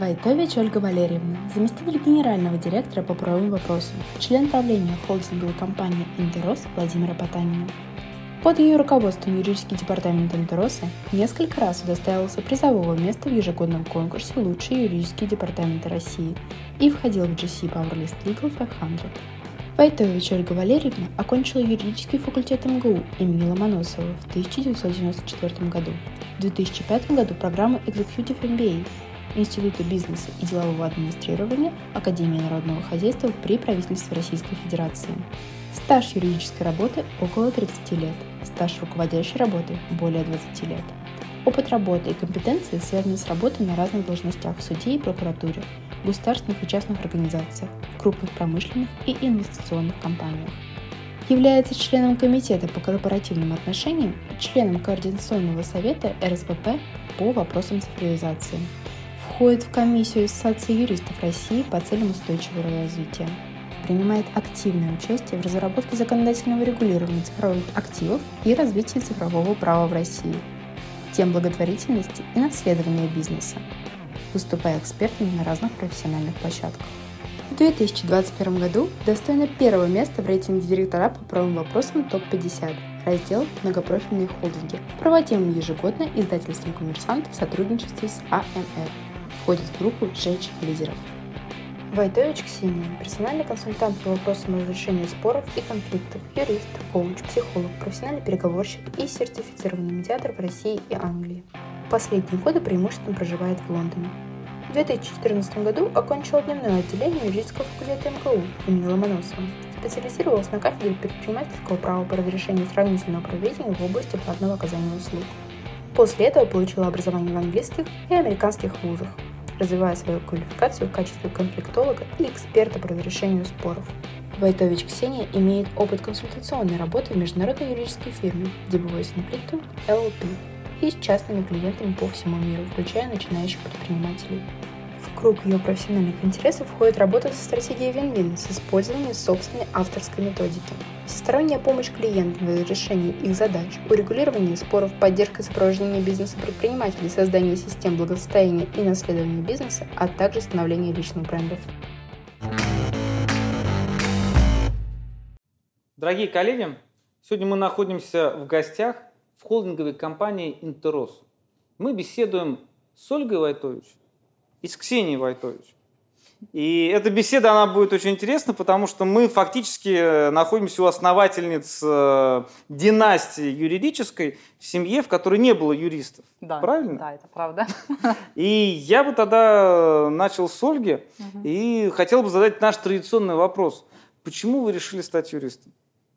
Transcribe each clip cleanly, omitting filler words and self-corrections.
Войтович Ольга Валерьевна, заместитель генерального директора по правовым вопросам, член правления холдинговой компании «Интерос» Владимира Потанина. Под ее руководством юридический департамент «Интероса» несколько раз удостаивался призового места в ежегодном конкурсе «Лучшие юридические департаменты России» и входил в GC PowerList Legal 500. Войтович Ольга Валерьевна окончила юридический факультет МГУ имени Ломоносова в 1994 году. В 2005 году программу Executive MBA Института бизнеса и делового администрирования Академии народного хозяйства при правительстве Российской Федерации. Стаж юридической работы около 30 лет, стаж руководящей работы более 20 лет. Опыт работы и компетенции связаны с работой на разных должностях в суде и прокуратуре, в государственных и частных организациях, в крупных промышленных и инвестиционных компаниях. Является членом Комитета по корпоративным отношениям и членом Координационного совета РСПП по вопросам цифровизации. Входит в комиссию Ассоциации юристов России по целям устойчивого развития. Принимает активное участие в разработке законодательного регулирования цифровых активов и развитии цифрового права в России, тем благотворительности и наследования бизнеса, выступая экспертами на разных профессиональных площадках. В 2021 году достойна первого места в рейтинге директора по правовым вопросам ТОП-50, раздел «Многопрофильные холдинги», проводимый ежегодно издательством «Коммерсант» в сотрудничестве с АМР. Входит в группу женщин-лидеров. Войтович Ксения – персональный консультант по вопросам разрешения споров и конфликтов, юрист, коуч, психолог, профессиональный переговорщик и сертифицированный медиатор в России и Англии. В последние годы преимущественно проживает в Лондоне. В 2014 году окончила дневное отделение юридического факультета МГУ имени Ломоносова. Специализировалась на кафедре предпринимательского права по разрешению сравнительного правоведения в области платного оказания услуг. После этого получила образование в английских и американских вузах, развивая свою квалификацию в качестве конфликтолога и эксперта по разрешению споров. Войтович Ксения имеет опыт консультационной работы в международной юридической фирме DeBois & Plimpton LLP и с частными клиентами по всему миру, включая начинающих предпринимателей. В круг ее профессиональных интересов входит работа со стратегией Win-Win с использованием собственной авторской методики, всесторонняя помощь клиентам в решении их задач, урегулировании споров, поддержка сопровождения бизнеса предпринимателей, создание систем благосостояния и наследования бизнеса, а также становление личных брендов. Дорогие коллеги, сегодня мы находимся в гостях в холдинговой компании «Интерос». Мы беседуем с Ольгой Войтович и с Ксенией Войтович. И эта беседа, она будет очень интересна, потому что мы фактически находимся у основательниц династии юридической в семье, в которой не было юристов. Да, правильно? Да, это правда. И я бы тогда начал с Ольги и хотел бы задать наш традиционный вопрос. Почему вы решили стать юристом?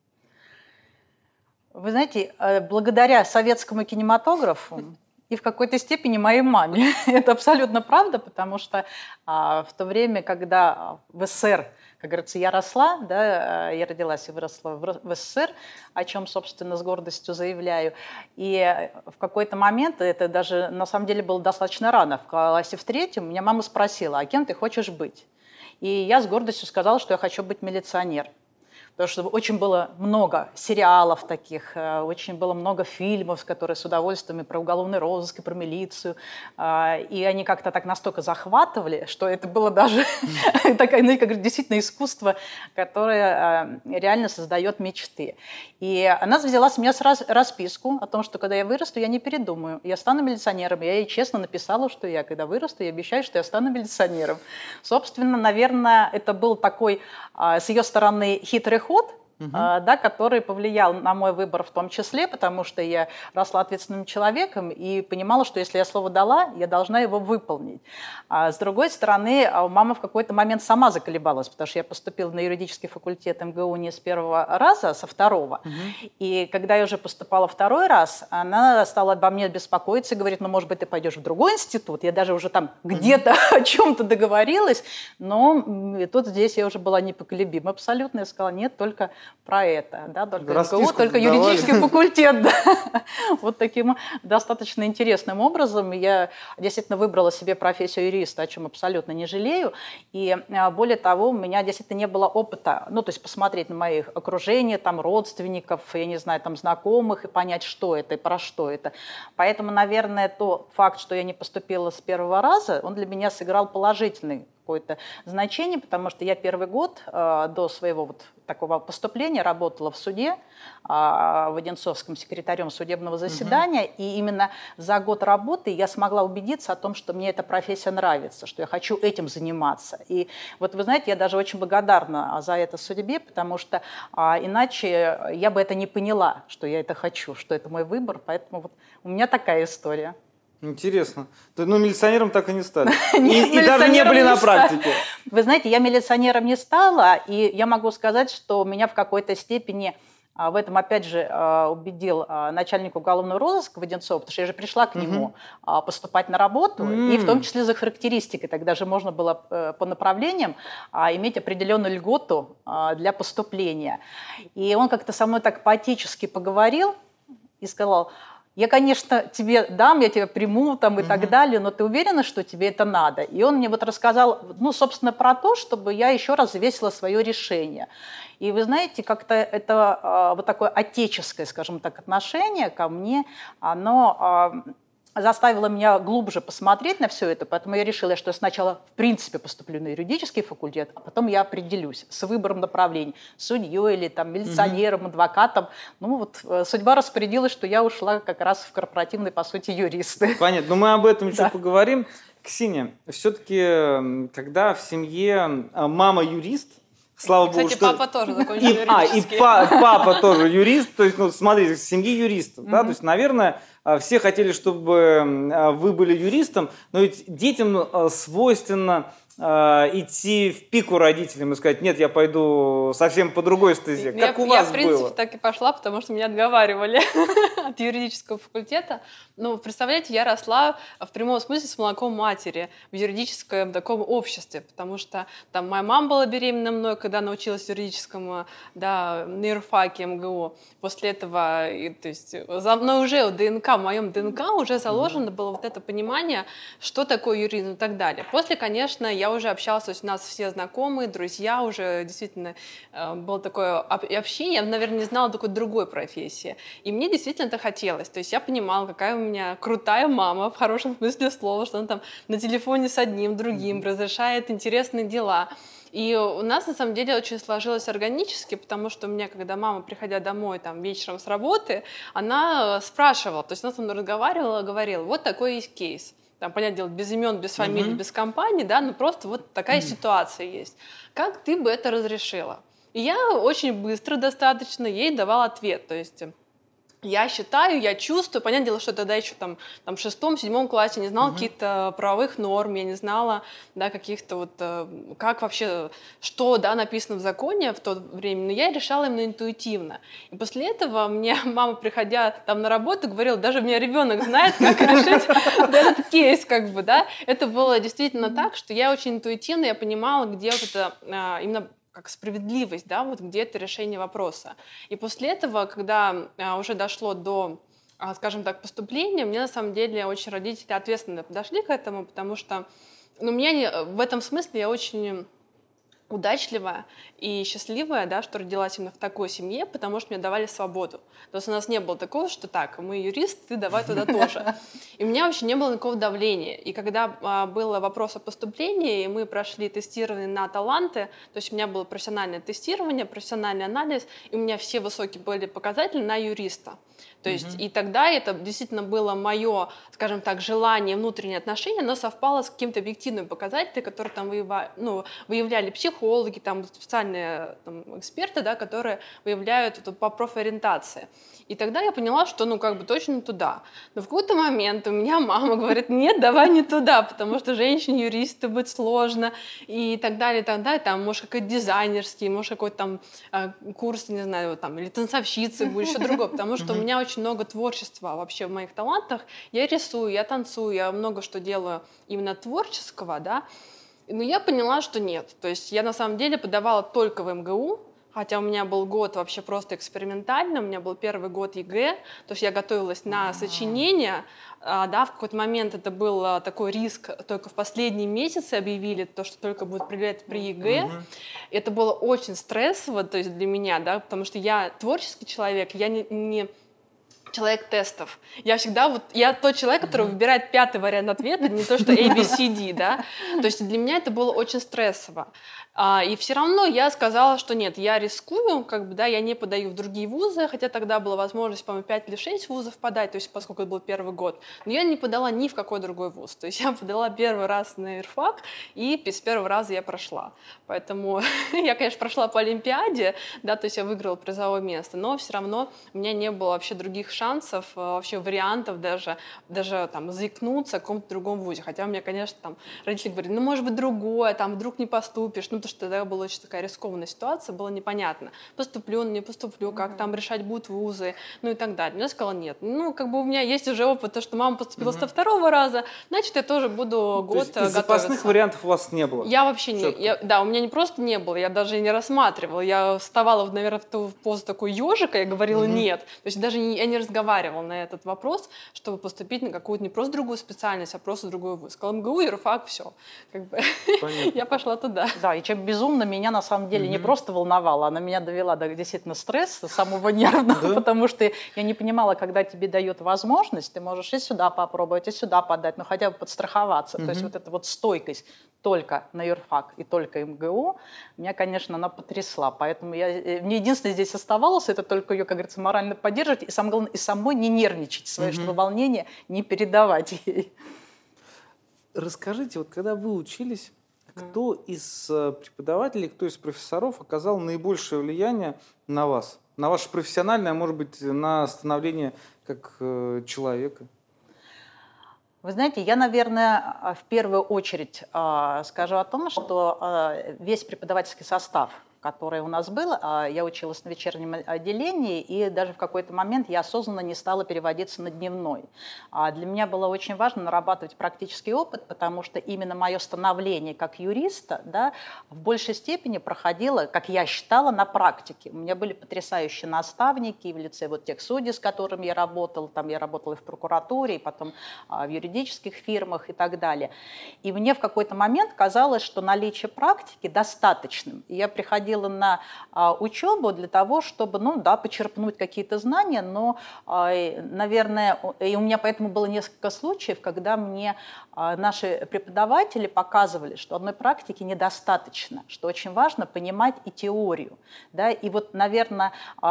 Вы знаете, благодаря советскому кинематографу и в какой-то степени моей маме. Это абсолютно правда, потому что в то время, когда в СССР, как говорится, я росла, да, я родилась и выросла в СССР, о чем, собственно, с гордостью заявляю. И в какой-то момент, это даже на самом деле было достаточно рано, в классе в 3-м, меня мама спросила: а кем ты хочешь быть? И я с гордостью сказала, что я хочу быть милиционером. Потому что очень было много сериалов таких, очень было много фильмов, которые с удовольствием и про уголовный розыск, и про милицию. И они как-то так настолько захватывали, что это было даже такое, ну, как действительно искусство, которое реально создает мечты. И она взяла с меня расписку о том, что когда я вырасту, я не передумаю. Я стану милиционером. Я ей честно написала, что я, когда вырасту, я обещаю, что я стану милиционером. Собственно, наверное, это был такой с ее стороны хитрый ход, да, который повлиял на мой выбор в том числе, потому что я росла ответственным человеком и понимала, что если я слово дала, я должна его выполнить. А с другой стороны, мама в какой-то момент сама заколебалась, потому что я поступила на юридический факультет МГУ не с первого раза, а со второго. И когда я уже поступала второй раз, она стала обо мне беспокоиться и говорит: ну, может быть, ты пойдешь в другой институт. Я даже уже там где-то о чем-то договорилась, но тут здесь я уже была непоколебима абсолютно. Я сказала: нет, только про это, да, только Расписку МГУ, только давали. юридический факультет, да. Вот таким достаточно интересным образом я действительно выбрала себе профессию юриста, о чем абсолютно не жалею. И более того, у меня действительно не было опыта, ну, то есть посмотреть на моих окружение, там, родственников, я не знаю, там, знакомых и понять, что это и про что это. Поэтому, наверное, тот факт, что я не поступила с первого раза, он для меня сыграл положительный какое-то значение, потому что я первый год до своего вот такого поступления работала в суде, в Одинцовском секретарем судебного заседания, и именно за год работы я смогла убедиться о том, что мне эта профессия нравится, что я хочу этим заниматься. И вот вы знаете, я даже очень благодарна за это судьбе, потому что иначе я бы это не поняла, что я это хочу, что это мой выбор, поэтому вот у меня такая история. Интересно. Ну, милиционером так и не стали. И даже не были на практике. Вы знаете, я милиционером не стала, и я могу сказать, что меня в какой-то степени в этом, опять же, убедил начальник уголовного розыска Воденцов, потому что я же пришла к нему поступать на работу, и в том числе за характеристикой. Тогда же можно было по направлениям иметь определенную льготу для поступления. И он как-то со мной так поотечески поговорил и сказал: я, конечно, тебе дам, я тебя приму там, и так далее, но ты уверена, что тебе это надо? И он мне вот рассказал, ну, собственно, про то, чтобы я еще раз взвесила свое решение. И вы знаете, как-то это вот такое отеческое, скажем так, отношение ко мне, оно заставило меня глубже посмотреть на все это, поэтому я решила, что я сначала в принципе поступлю на юридический факультет, а потом я определюсь с выбором направлений, судьей или там, милиционером, адвокатом. Ну вот судьба распорядилась, что я ушла как раз в корпоративный, по сути, юристы. Понятно, но мы об этом еще поговорим. Ксения, все-таки, когда в семье мама юрист, слава богу, кстати, что... папа тоже закончил юридический. И папа тоже юрист, то есть, ну, смотрите, в семье юристов, да, то есть, наверное, все хотели, чтобы вы были юристом, но ведь детям свойственно идти в пику родителям и сказать: нет, я пойду совсем по другой стезе. Как у вас было? Я, в принципе, так и пошла, потому что меня отговаривали от юридического факультета. Ну, представляете, я росла в прямом смысле с молоком матери в юридическом таком обществе, потому что там моя мама была беременна мной, когда она училась в юридическом, да, на юрфаке МГУ. После этого, то есть, за мной уже в моем ДНК уже заложено было вот это понимание, что такое юризм и так далее. После, конечно, я уже общалась, то есть у нас все знакомые, друзья, уже действительно было такое общение, я, наверное, не знала такой другой профессии. И мне действительно это хотелось. То есть я понимала, какая у меня крутая мама, в хорошем смысле слова, что она там на телефоне с одним, другим разрешает интересные дела. И у нас, на самом деле, очень сложилось органически, потому что у меня, когда мама, приходя домой там, вечером с работы, она спрашивала, то есть она со мной разговаривала, говорила: вот такой есть кейс. Там, понятное дело, без имен, без фамилий, без компаний, да, но просто вот такая ситуация есть. Как ты бы это разрешила? И я очень быстро достаточно ей давала ответ, то есть... Я считаю, я чувствую. Понятное дело, что тогда еще там в 6-7 классе не знала каких-то правовых норм, я не знала, да, каких-то вот, как вообще, что, да, написано в законе в то время, но я решала именно интуитивно. И после этого мне мама, приходя там на работу, говорила: даже у меня ребенок знает, как решить этот кейс, как бы, да. Это было действительно так, что я очень интуитивно, я понимала, где вот это именно как справедливость, да, вот где это решение вопроса. И после этого, когда уже дошло до, скажем так, поступления, мне на самом деле очень родители ответственно подошли к этому, потому что, ну, в этом смысле я очень удачливая и счастливая, да, что родилась именно в такой семье, потому что мне давали свободу. То есть у нас не было такого, что так, мы юрист, ты давай туда тоже. И у меня вообще не было никакого давления. И когда был вопрос о поступлении, и мы прошли тестирование на таланты, то есть у меня было профессиональное тестирование, профессиональный анализ, и у меня все высокие были показатели на юриста. То есть и тогда это действительно было мое, скажем так, желание, внутреннее отношение, оно совпало с какими-то объективными показателями, которые там выявляли психологи, там, специальные там, эксперты, да, которые выявляют это по профориентации. И тогда я поняла, что, ну, как бы точно туда. Но в какой-то момент у меня мама говорит: нет, давай не туда, потому что женщине-юристу быть сложно, и так далее, и так далее. Там, может, какой-то дизайнерский, может, какой-то там курс, не знаю, там, или танцовщицы будет, еще другое, потому что у меня очень много творчества вообще в моих талантах. Я рисую, я танцую, я много что делаю именно творческого, да. Но я поняла, что нет. То есть я на самом деле подавала только в МГУ, хотя у меня был год вообще просто экспериментальный, у меня был первый год ЕГЭ, то есть я готовилась на сочинение, да, в какой-то момент это был такой риск, только в последние месяцы объявили то, что только будет проверять при ЕГЭ. Это было очень стрессово, то есть для меня, да, потому что я творческий человек, я не человек тестов. Я всегда я тот человек, который выбирает 5-й вариант ответа, не то, что A, B, C, D, да. То есть для меня это было очень стрессово. И все равно я сказала, что нет, я рискую, как бы, да, я не подаю в другие вузы, хотя тогда была возможность, по-моему, 5 или 6 вузов подать, то есть поскольку это был первый год, но я не подала ни в какой другой вуз. То есть я подала первый раз на юрфак, и с первого раза я прошла. Поэтому я, конечно, прошла по Олимпиаде, да, то есть я выиграла призовое место, но все равно у меня не было вообще других шансов, вообще вариантов даже там заикнуться в каком-то другом вузе. Хотя у меня, конечно, там родители говорили, ну, может быть, другое, там вдруг не поступишь, ну, потому что тогда была очень такая рискованная ситуация, было непонятно, поступлю, не поступлю, как там решать будут вузы, ну и так далее. Я сказала, нет, ну, как бы у меня есть уже опыт, то, что мама поступила со 2-го раза, значит, я тоже буду год готовиться. Запасных вариантов у вас не было? Я вообще не, да, у меня не просто не было, я даже не рассматривала, я вставала, наверное, в ту позу такой ежика и говорила нет, то есть даже я не разговаривала на этот вопрос, чтобы поступить на какую-то не просто другую специальность, а просто другой вуз. Сказала МГУ, юрфак, все, как бы я пошла туда. Да, и чем безумно меня на самом деле не просто волновало, она меня довела до действительно стресса, самого нервного, потому что я не понимала, когда тебе дают возможность, ты можешь и сюда попробовать, и сюда подать, но хотя бы подстраховаться. То есть вот эта вот стойкость только на юрфак и только МГУ, меня, конечно, она потрясла. Поэтому мне единственное здесь оставалось, это только ее, как говорится, морально поддерживать, и самое главное, и самой не нервничать, чтобы волнение не передавать ей. Расскажите, вот когда вы учились, кто из преподавателей, кто из профессоров оказал наибольшее влияние на вас? На ваше профессиональное, а может быть, на становление как человека? Вы знаете, я, наверное, в первую очередь скажу о том, что весь преподавательский состав, который у нас был, я училась на вечернем отделении, и даже в какой-то момент я осознанно не стала переводиться на дневной. Для меня было очень важно нарабатывать практический опыт, потому что именно мое становление как юриста, да, в большей степени проходило, как я считала, на практике. У меня были потрясающие наставники в лице вот тех судей, с которыми я работала. Там я работала и в прокуратуре, и потом в юридических фирмах и так далее. И мне в какой-то момент казалось, что наличие практики достаточным. И я приходила на учебу для того, чтобы, ну да, почерпнуть какие-то знания, но, наверное, и у меня поэтому было несколько случаев, когда мне наши преподаватели показывали, что одной практики недостаточно, что очень важно понимать и теорию, да, и вот, наверное,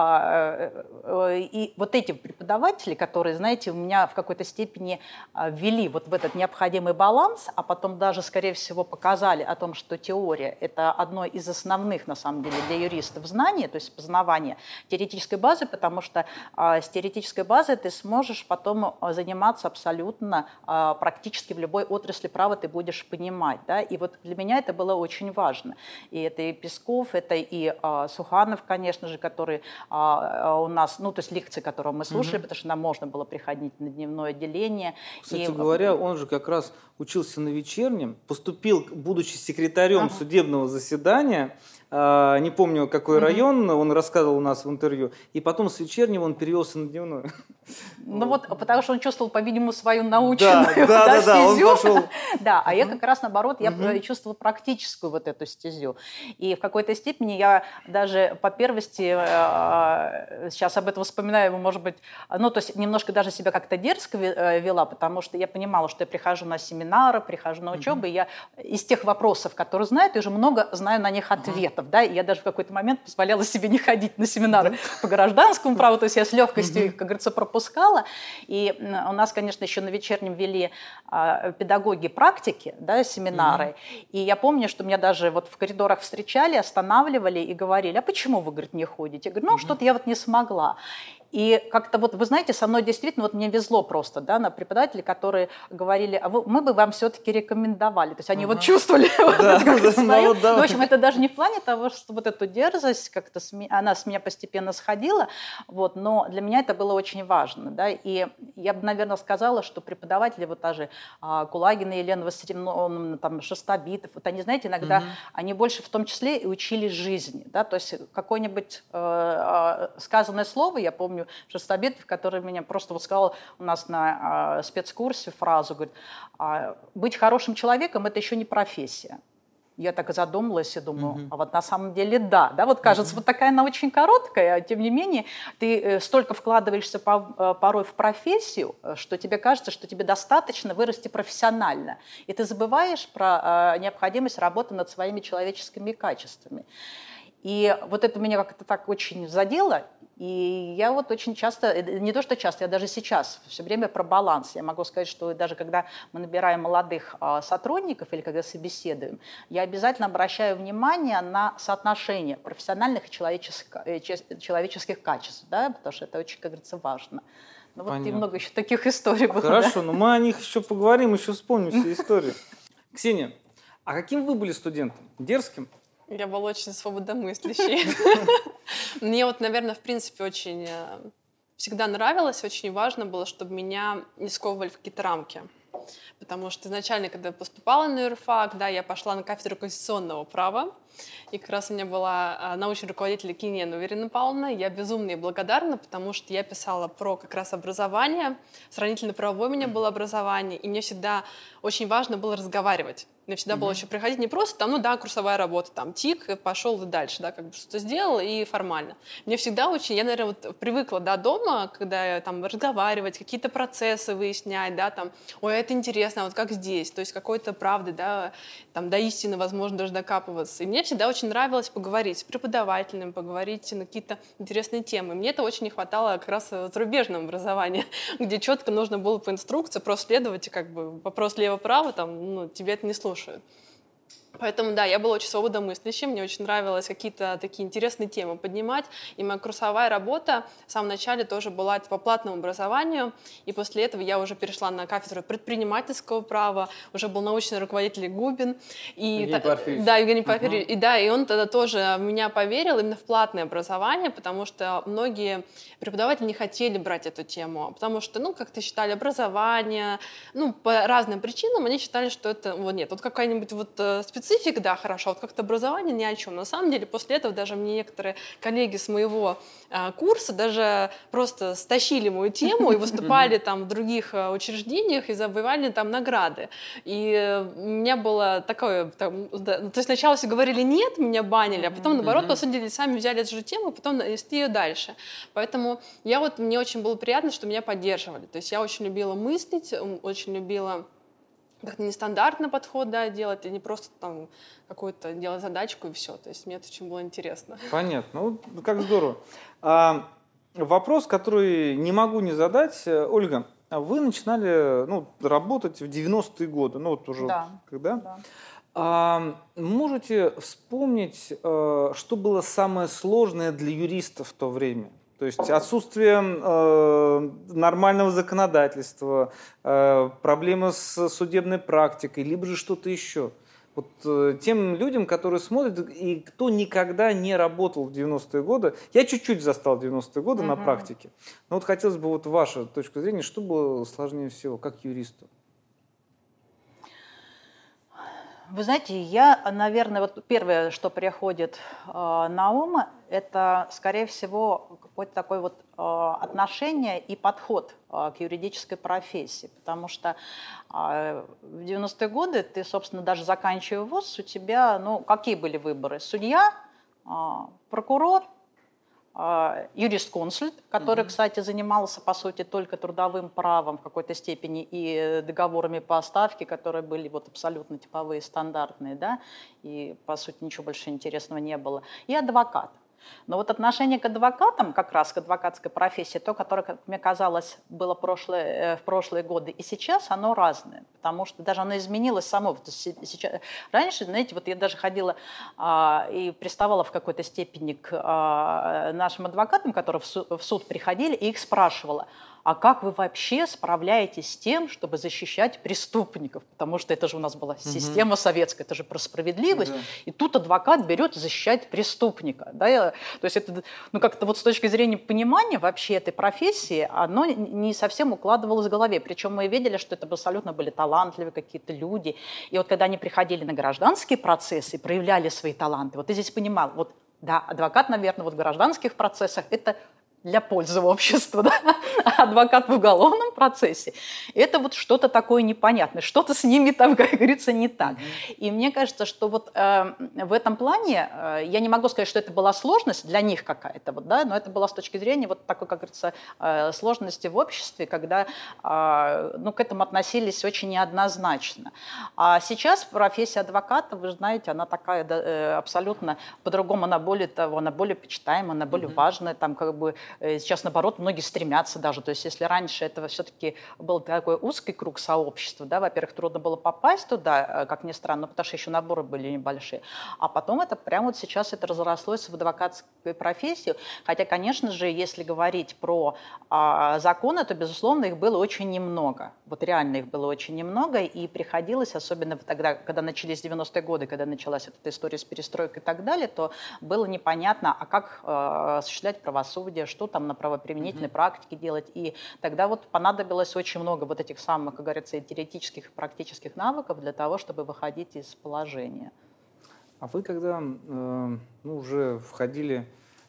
и вот эти преподаватели, которые, знаете, у меня в какой-то степени ввели вот в этот необходимый баланс, а потом даже, скорее всего, показали о том, что теория – это одно из основных, на самом деле, для юристов знаний, то есть познавание теоретической базы, потому что с теоретической базой ты сможешь потом заниматься абсолютно практически в любой отрасли права ты будешь понимать. Да? И вот для меня это было очень важно. И это и Песков, это и Суханов, конечно же, который у нас, ну, то есть лекции, которые мы слушали, потому что нам можно было приходить на дневное отделение. Кстати говоря, он же как раз учился на вечернем, поступил, будучи секретарем судебного заседания, не помню, какой район, он рассказывал у нас в интервью, и потом с вечернего он перевелся на дневной. Ну вот, потому что он чувствовал, по-видимому, свою научную стезю. Он пошел. Да, а я как раз наоборот, я чувствовала практическую вот эту стезю. И в какой-то степени я даже по первости, сейчас об этом вспоминаю, может быть, ну то есть немножко даже себя как-то дерзко вела, потому что я понимала, что я прихожу на семинары, прихожу на учебу, и я из тех вопросов, которые знаю, я уже много знаю на них ответов. Да, и я даже в какой-то момент позволяла себе не ходить на семинары по гражданскому праву, то есть я с легкостью, как говорится, пропускала. И у нас, конечно, еще на вечернем вели педагоги практики, да, семинары. И я помню, что меня даже вот в коридорах встречали, останавливали и говорили, а почему вы, говорит, не ходите? Я говорю, ну, что-то я вот не смогла. И как-то вот, вы знаете, со мной действительно, вот мне везло просто, да, на преподавателей, которые говорили, а мы бы вам все-таки рекомендовали. То есть они вот чувствовали свою. В общем, это даже не в плане того, что вот эту дерзость, как-то она с меня постепенно сходила, вот, но для меня это было очень важно. важно. Да? И я бы, наверное, сказала, что преподаватели, вот даже Кулагина, Елена Виссарионовна, там, Шерстобитов, вот они, знаете, иногда они больше в том числе и учили жизни. Да? То есть какое-нибудь сказанное слово, я помню Шерстобитов, который меня просто вот сказал у нас на спецкурсе фразу, говорит, быть хорошим человеком – это еще не профессия. Я так и задумалась и думаю, а вот на самом деле да. Вот кажется, вот такая она очень короткая, тем не менее ты столько вкладываешься порой в профессию, что тебе кажется, что тебе достаточно вырасти профессионально. И ты забываешь про необходимость работы над своими человеческими качествами. И вот это меня как-то так очень задело. И я вот очень часто, не то что часто, я даже сейчас все время про баланс. Я могу сказать, что даже когда мы набираем молодых сотрудников или когда собеседуем, я обязательно обращаю внимание на соотношение профессиональных и человеческих качеств, да, потому что это очень, как говорится, важно. Ну вот и много еще таких историй было. Хорошо, но мы о них еще поговорим, еще вспомним все истории. Ксения, а каким вы были студентом? Дерзким? Я была очень свободомыслящей. Мне вот, наверное, в принципе, очень всегда нравилось, очень важно было, чтобы меня не сковывали в какие-то рамки. Потому что изначально, когда я поступала на юрфак, да, я пошла на кафедру конституционного права, и как раз у меня была научный руководитель Киненова Ирина Павловна. Я безумно ей благодарна, потому что я писала про как раз образование, сравнительно-правовое у меня было образование, и мне всегда очень важно было разговаривать. Мне всегда было еще приходить не просто там, ну да, курсовая работа, там, тик, пошел и дальше, да, как бы что-то сделал и формально. Мне всегда очень, я, наверное, вот привыкла, да, дома, когда я там разговаривать, какие-то процессы выяснять, да, там, ой, это интересно, а вот как здесь, то есть какой-то правды, да, там, до истины, возможно, даже докапываться. И мне всегда очень нравилось поговорить с преподавателем, поговорить на какие-то интересные темы. Мне это очень не хватало как раз в зарубежном образовании, где четко нужно было по инструкции просто следовать, и как бы вопрос лево-право, там, ну, тебе это не слушают. Поэтому, да, я была очень свободомыслящей, мне очень нравилось какие-то такие интересные темы поднимать, и моя курсовая работа в самом начале тоже была по платному образованию, и после этого я уже перешла на кафедру предпринимательского права, уже был научный руководитель Губин, Евгений Порфирьевич. Да, Евгений Порфирьевич, и да, и он тогда тоже в меня поверил именно в платное образование, потому что многие преподаватели не хотели брать эту тему, потому что, ну, как-то считали образование, ну, по разным причинам они считали, что это, вот нет, вот какая-нибудь вот специфика, да, хорошо, вот как-то образование ни о чем. На самом деле, после этого даже мне некоторые коллеги с моего курса даже просто стащили мою тему и выступали там в других учреждениях и завоевали там награды. И у меня было такое, там, да, то есть сначала все говорили нет, меня банили, а потом, наоборот, по сути деле, сами взяли эту же тему, и потом нести ее дальше. Поэтому мне очень было приятно, что меня поддерживали. То есть я очень любила мыслить, очень любила как-то нестандартный подход, да, делать, и не просто там какую-то делать задачку и все. То есть мне это очень было интересно. Понятно. Ну, как здорово. Вопрос, который не могу не задать. Ольга, вы начинали работать в 90-е годы, ну вот уже да. Когда? Да. Можете вспомнить, что было самое сложное для юристов в то время? То есть отсутствие нормального законодательства, проблемы с судебной практикой, либо же что-то еще. Вот тем людям, которые смотрят и кто никогда не работал в 90-е годы, я чуть-чуть застал 90-е годы на практике, но вот хотелось бы вот ваша точка зрения, что было сложнее всего, как юристу? Вы знаете, я, наверное, вот первое, что приходит на ум, это, скорее всего, какое-то такое вот отношение и подход к юридической профессии. Потому что в 90-е годы ты, собственно, даже заканчивая вуз, у тебя, какие были выборы? Судья, прокурор, юрисконсульт, который, кстати, занимался, по сути, только трудовым правом в какой-то степени и договорами по ставке, которые были вот абсолютно типовые, стандартные, да, и, по сути, ничего больше интересного не было, и адвокат. Но вот отношение к адвокатам, как раз к адвокатской профессии, то, которое, как мне казалось, было в прошлые годы и сейчас, оно разное, потому что даже оно изменилось само. Сейчас, раньше, знаете, вот я даже ходила и приставала в какой-то степени к нашим адвокатам, которые в суд приходили, и их спрашивала, а как вы вообще справляетесь с тем, чтобы защищать преступников? Потому что это же у нас была система советская, это же про справедливость. И тут адвокат берет и защищает преступника. Да? То есть это, ну, как-то вот с точки зрения понимания вообще этой профессии, оно не совсем укладывалось в голове. Причем мы видели, что это абсолютно были талантливые какие-то люди. И вот когда они приходили на гражданские процессы и проявляли свои таланты, вот ты здесь понимал, вот да, адвокат, наверное, вот в гражданских процессах это для пользы общества, да? А адвокат в уголовном процессе – это вот что-то такое непонятное, что-то с ними там, как говорится, не так. И мне кажется, что вот в этом плане я не могу сказать, что это была сложность для них какая-то, вот, да? Но это была с точки зрения вот такой, как говорится, сложности в обществе, когда ну, к этому относились очень неоднозначно. А сейчас профессия адвоката, вы знаете, она такая абсолютно по-другому, она более почитаемая, она более важная, там как бы сейчас, наоборот, многие стремятся даже. То есть если раньше это все-таки был такой узкий круг сообщества, да, во-первых, трудно было попасть туда, как ни странно, потому что еще наборы были небольшие. А потом это прямо вот сейчас это разрослось в адвокатскую профессию. Хотя, конечно же, если говорить про законы, то, безусловно, их было очень немного. Вот реально их было очень немного. И приходилось, особенно тогда, когда начались 90-е годы, когда началась эта история с перестройкой и так далее, то было непонятно, а как осуществлять правосудие, что там на правоприменительной практике делать. И тогда вот понадобилось очень много вот этих самых, как говорится, теоретических и практических навыков для того, чтобы выходить из положения. А вы когда уже входили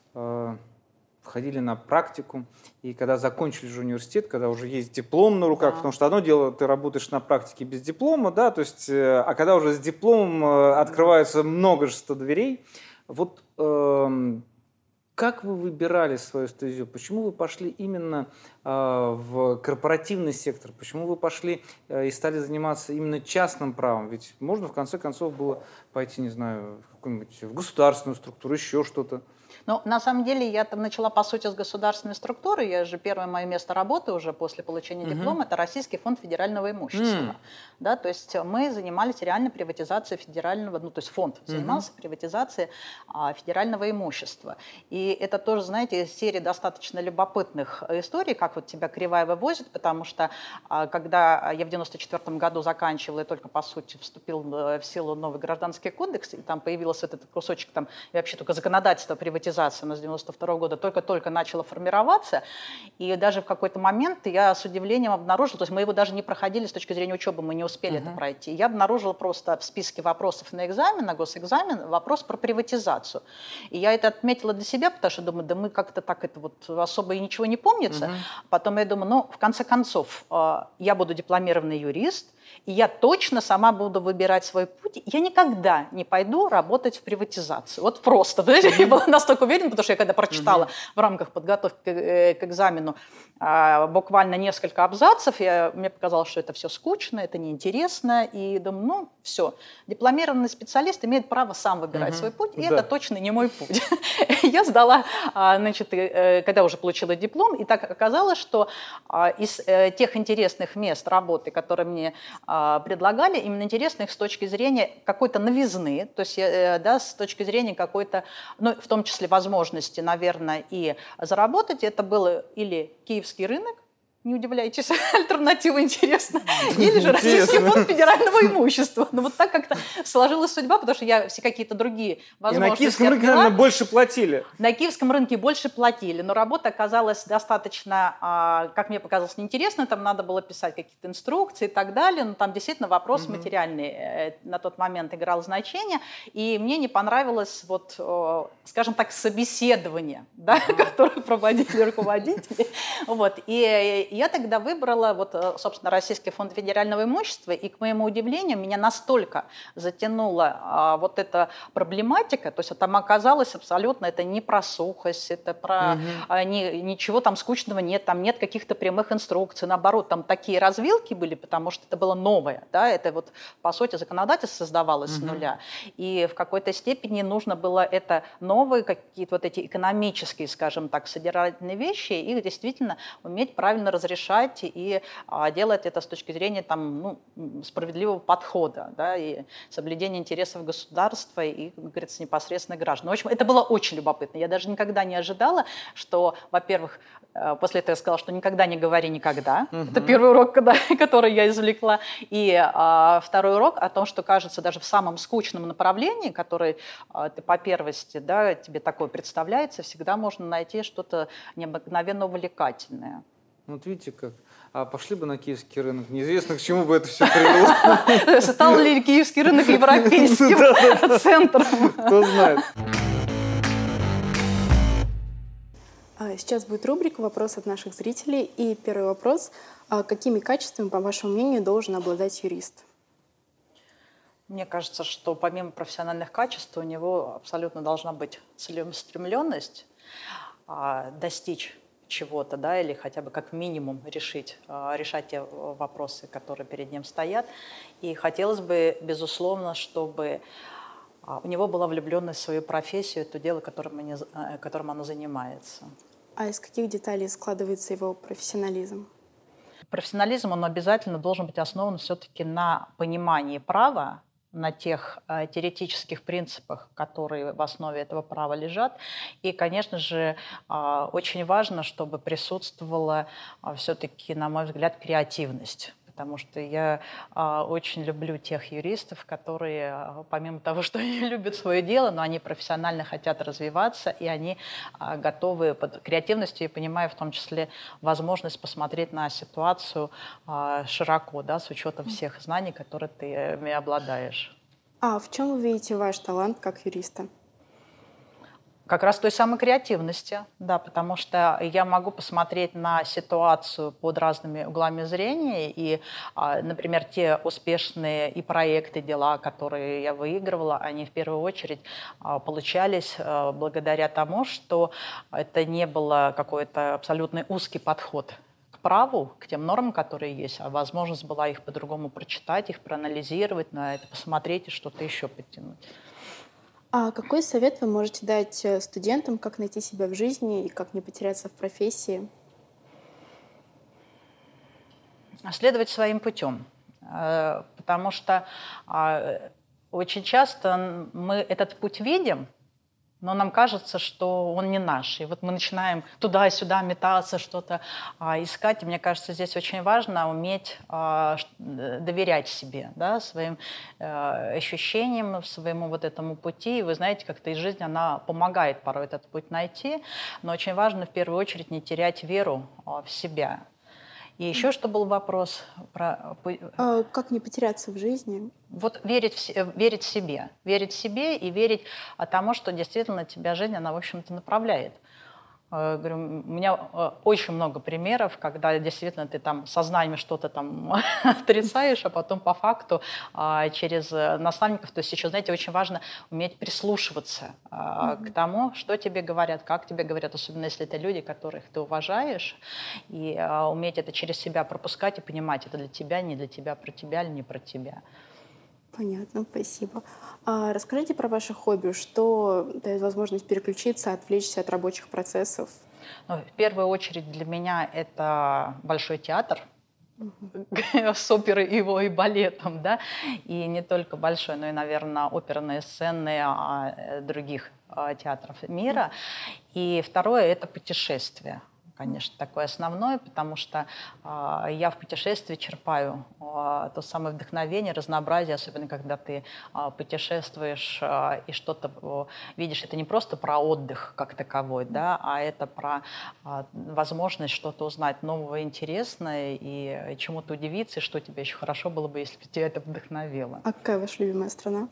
на практику, и когда закончили же университет, когда уже есть диплом на руках, потому что одно дело, ты работаешь на практике без диплома, да, то есть, а когда уже с дипломом открывается множество дверей, вот как вы выбирали свою стезю? Почему вы пошли именно в корпоративный сектор? Почему вы пошли и стали заниматься именно частным правом? Ведь можно в конце концов было пойти, не знаю, в государственную структуру, еще что-то. Ну, на самом деле, я там начала, по сути, с государственной структуры. Я же первое мое место работы уже после получения диплома – это Российский фонд федерального имущества. Да, то есть мы занимались реально приватизацией федерального, ну, то есть фонд занимался приватизацией федерального имущества. И это тоже, знаете, из серии достаточно любопытных историй, как вот тебя кривая вывозит, потому что когда я в 94 году заканчивала, и только, по сути, вступил в силу новый гражданский кодекс, и там появился вот этот кусочек, там, и вообще только законодательство приватизации у нас с 92 года только-только начала формироваться, и даже в какой-то момент я с удивлением обнаружила, то есть мы его даже не проходили с точки зрения учебы, мы не успели это пройти, я обнаружила просто в списке вопросов на экзамен, на госэкзамен, вопрос про приватизацию. И я это отметила для себя, потому что думаю, да мы как-то так это вот особо и ничего не помнится. Потом я думаю, ну, в конце концов, я буду дипломированный юрист, и я точно сама буду выбирать свой путь. Я никогда не пойду работать в приватизацию. Вот просто. Я была настолько уверена, потому что я когда прочитала в рамках подготовки к экзамену буквально несколько абзацев, мне показалось, что это все скучно, это неинтересно. И думаю, ну, все. Дипломированный специалист имеет право сам выбирать свой путь, и это точно не мой путь. Я сдала, значит, когда уже получила диплом, и так оказалось, что из тех интересных мест работы, которые мне предлагали, именно интересных с точки зрения какой-то новизны, то есть, да, с точки зрения какой-то, ну, в том числе возможности, наверное, и заработать, это было или киевский рынок, не удивляйтесь, альтернатива интересна. Или же Российский фонд федерального имущества. Но вот так как-то сложилась судьба, потому что я все какие-то другие возможности. И на киевском рынке, наверное, больше платили. На киевском рынке больше платили, но работа оказалась достаточно, как мне показалось, неинтересной. Там надо было писать какие-то инструкции и так далее. Но там действительно вопрос материальный на тот момент играл значение. И мне не понравилось, вот, скажем так, собеседование, да, которое проводили руководители. Вот. И я тогда выбрала, вот, собственно, Российский фонд федерального имущества, и, к моему удивлению, меня настолько затянула вот эта проблематика, то есть там оказалось абсолютно, это не про сухость, это про ничего там скучного нет, там нет каких-то прямых инструкций, наоборот, там такие развилки были, потому что это было новое, да, это вот, по сути, законодательство создавалось с нуля, и в какой-то степени нужно было это новые какие-то вот эти экономические, скажем так, содержательные вещи, их действительно уметь правильно разрешать разрешать и делать это с точки зрения там, справедливого подхода, да, и соблюдения интересов государства и, как говорится, непосредственно граждан. В общем, это было очень любопытно. Я даже никогда не ожидала, что, во-первых, после этого я сказала, что никогда не говори никогда. Это первый урок, который я извлекла. И второй урок о том, что, кажется, даже в самом скучном направлении, который ты по первости, да, тебе такое представляется, всегда можно найти что-то необыкновенно увлекательное. Вот видите как. А пошли бы на киевский рынок. Неизвестно, к чему бы это все привело. Стал ли киевский рынок европейским центром? Кто знает. Сейчас будет рубрика «Вопрос от наших зрителей». И первый вопрос. Какими качествами, по вашему мнению, должен обладать юрист? Мне кажется, что помимо профессиональных качеств у него абсолютно должна быть целеустремленность достичь чего-то, да, или хотя бы как минимум решать те вопросы, которые перед ним стоят. И хотелось бы, безусловно, чтобы у него была влюбленность в свою профессию, то дело, которым она занимается. А из каких деталей складывается его профессионализм? Профессионализм, он обязательно должен быть основан все-таки на понимании права, на тех теоретических принципах, которые в основе этого права лежат. И, конечно же, очень важно, чтобы присутствовала все-таки, на мой взгляд, креативность. Потому что я очень люблю тех юристов, которые, помимо того, что они любят свое дело, но они профессионально хотят развиваться, и они готовы под креативностью, и понимая в том числе возможность посмотреть на ситуацию широко, да, с учетом всех знаний, которые ты обладаешь. А в чем вы видите ваш талант как юриста? Как раз той самой креативности, да, потому что я могу посмотреть на ситуацию под разными углами зрения, и, например, те успешные и проекты, дела, которые я выигрывала, они в первую очередь получались благодаря тому, что это не было какой-то абсолютно узкий подход к праву, к тем нормам, которые есть, а возможность была их по-другому прочитать, их проанализировать, на это посмотреть и что-то еще подтянуть. А какой совет вы можете дать студентам, как найти себя в жизни и как не потеряться в профессии? Следовать своим путем. Потому что очень часто мы этот путь видим, но нам кажется, что он не наш. И вот мы начинаем туда-сюда метаться, что-то искать. И мне кажется, здесь очень важно уметь доверять себе, да, своим ощущениям, своему вот этому пути. И вы знаете, как-то и жизнь, она помогает порой этот путь найти. Но очень важно в первую очередь не терять веру в себя. И еще что был вопрос про... Как не потеряться в жизни? Вот верить себе и верить тому, что действительно тебя жизнь, она, в общем-то, направляет. Говорю, у меня очень много примеров, когда действительно ты там сознанием что-то там отрицаешь, а потом по факту через наставников, то есть еще, знаете, очень важно уметь прислушиваться к тому, что тебе говорят, как тебе говорят, особенно если это люди, которых ты уважаешь, и уметь это через себя пропускать и понимать, это для тебя, не для тебя, про тебя или не про тебя. Понятно, спасибо. Расскажите про ваше хобби. Что дает возможность переключиться, отвлечься от рабочих процессов? Ну, в первую очередь для меня это Большой театр с оперой и балетом, да, и не только Большой, но и, наверное, оперные сцены других театров мира. И второе – это путешествие. Конечно, такое основное, потому что я в путешествии черпаю то самое вдохновение, разнообразие, особенно когда ты путешествуешь и что-то видишь. Это не просто про отдых как таковой, да, а это про возможность что-то узнать нового, интересное и чему-то удивиться, и что тебе еще хорошо было бы, если бы тебя это вдохновило. А какая ваша любимая страна?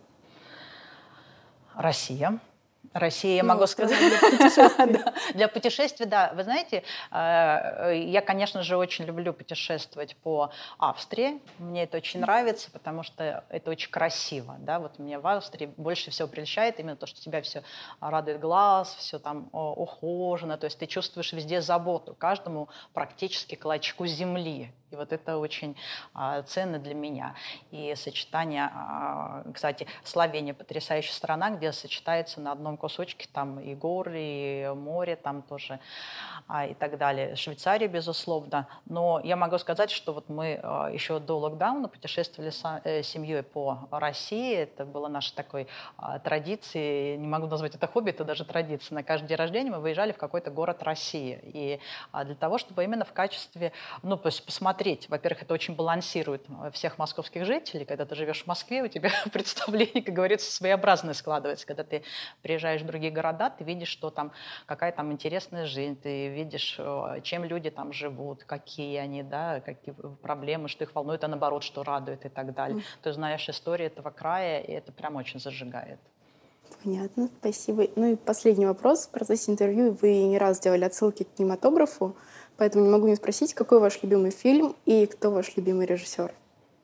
Россия. Россия, я могу сказать, для путешествий, да. Вы знаете, я, конечно же, очень люблю путешествовать по Австрии. Мне это очень нравится, потому что это очень красиво. Да? Вот мне в Австрии больше всего прельщает именно то, что тебя все радует глаз, все там ухожено. То есть ты чувствуешь везде заботу, каждому практически клочку земли. И вот это очень ценно для меня. И сочетание, кстати, Словения – потрясающая страна, где сочетается на одном кусочки там и горы, и море там тоже, и так далее. Швейцария, безусловно. Но я могу сказать, что вот мы еще до локдауна путешествовали с семьей по России. Это было нашей такой традицией. Не могу назвать это хобби, это даже традиция. На каждый день рождения мы выезжали в какой-то город России. И для того, чтобы именно в качестве, ну, то есть посмотреть, во-первых, это очень балансирует всех московских жителей. Когда ты живешь в Москве, у тебя представление, как говорится, своеобразное складывается. Когда ты приезжаешь в другие города, ты видишь, что там, какая там интересная жизнь, ты видишь, чем люди там живут, какие они, да, какие проблемы, что их волнует, а наоборот, что радует и так далее. Ты знаешь историю этого края, и это прям очень зажигает. Понятно, спасибо. Ну и последний вопрос. В процессе интервью вы не раз делали отсылки к кинематографу, поэтому не могу не спросить, какой ваш любимый фильм и кто ваш любимый режиссер?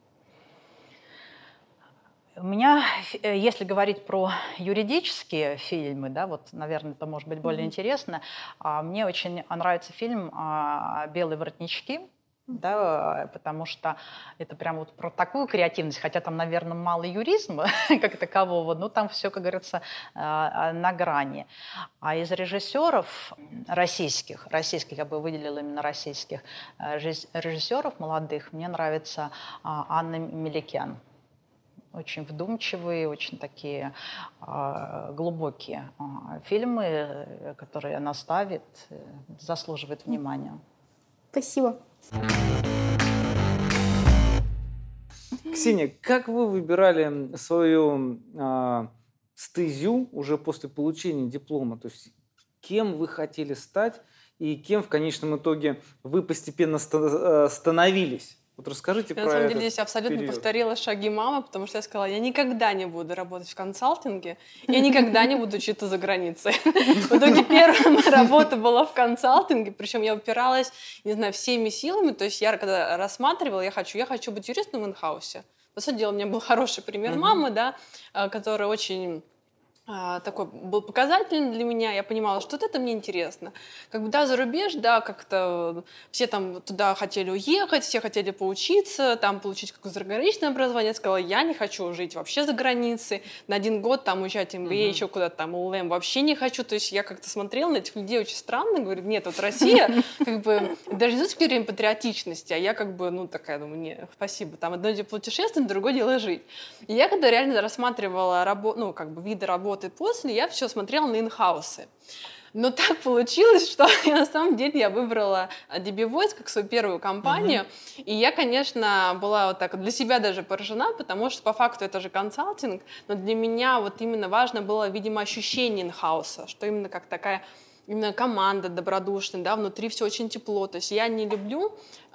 У меня, если говорить про юридические фильмы, да, вот, наверное, это может быть более интересно, мне очень нравится фильм «Белые воротнички», да, потому что это прям вот про такую креативность, хотя там, наверное, мало юризма как такового, но там все, как говорится, на грани. А из режиссеров российских, я бы выделила именно российских режиссеров молодых, мне нравится Анна Меликян. Очень вдумчивые, очень такие глубокие фильмы, которые она ставит, заслуживают внимания. Спасибо. Ксения, как вы выбирали свою стезю уже после получения диплома? То есть кем вы хотели стать и кем в конечном итоге вы постепенно становились? Вот расскажите про это. На самом деле, здесь я абсолютно период. Повторила шаги мамы, потому что я сказала, я никогда не буду работать в консалтинге, я никогда не буду учиться за границей. В итоге первая моя работа была в консалтинге, причем я упиралась, не знаю, всеми силами, то есть я когда рассматривала, я хочу быть юристом в инхаусе. По сути дела, у меня был хороший пример мамы, да, которая очень... такой был показательный для меня, я понимала, что вот это мне интересно. Как бы, да, за рубеж, да, как-то все там туда хотели уехать, все хотели поучиться, там получить какое-то заграничное образование. Я сказала, я не хочу жить вообще за границей, на 1 год там уезжать MBA, еще куда-то там, УЛМ, вообще не хочу. То есть я как-то смотрела на этих людей очень странно, говорю, нет, вот Россия, как бы, даже не с точки зрения патриотичности, а я как бы, ну, такая, думаю, нет, спасибо, там одно дело путешествовать, другое дело жить. И я когда реально рассматривала ну, как бы виды работы после, я все смотрела на инхаусы. Но так получилось, что на самом деле я выбрала DB Voice как свою первую компанию. И я, конечно, была вот так для себя даже поражена, потому что по факту это же консалтинг, но для меня вот именно важно было, видимо, ощущение инхауса, что именно как такая именно команда добродушная, да, внутри все очень тепло. То есть я не люблю...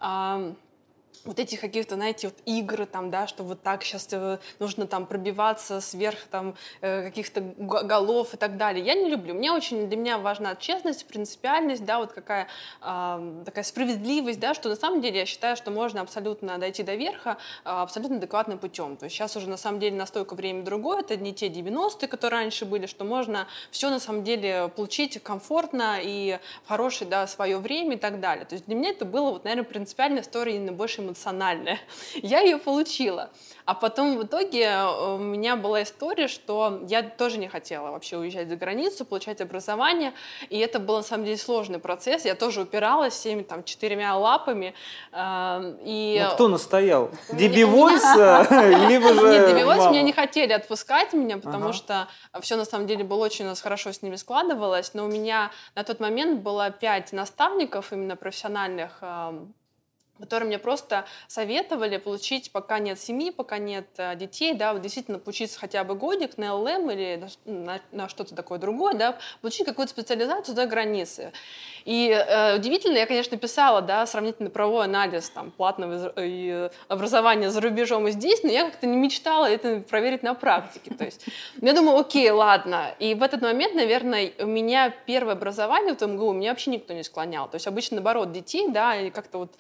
вот этих каких-то, знаете, вот игры там, да, что вот так сейчас нужно там пробиваться сверх там каких-то голов и так далее. Я не люблю. Для меня важна честность, принципиальность, да, вот какая такая справедливость, да, что на самом деле я считаю, что можно абсолютно дойти до верха абсолютно адекватным путем. То есть сейчас уже на самом деле настолько время другое, это не те 90-е, которые раньше были, что можно все на самом деле получить комфортно и в хорошее, да, свое время и так далее. То есть для меня это было, вот, наверное, принципиальная история, именно больше эмоциональная. Я ее получила. А потом в итоге у меня была история, что я тоже не хотела вообще уезжать за границу, получать образование. И это был, на самом деле, сложный процесс. Я тоже упиралась всеми там 4 лапами. Ну, кто настоял? DB Voice? Либо же Нет, DB Voice мама? меня не хотели отпускать меня, потому что все, на самом деле, было очень у нас хорошо с ними складывалось. Но у меня на тот момент было 5 наставников именно профессиональных, которые мне просто советовали получить, пока нет семьи, пока нет детей, да, вот действительно поучиться хотя бы годик на ЛМ или на что-то такое другое, да, получить какую-то специализацию за границей. И удивительно, я, конечно, писала, да, сравнительно правовой анализ там, платного образования за рубежом и здесь, но я как-то не мечтала это проверить на практике. То есть я думаю, окей, ладно. И в этот момент, наверное, у меня первое образование в МГУ меня вообще никто не склонял. То есть обычно, наоборот, детей, да, и как-то вот родители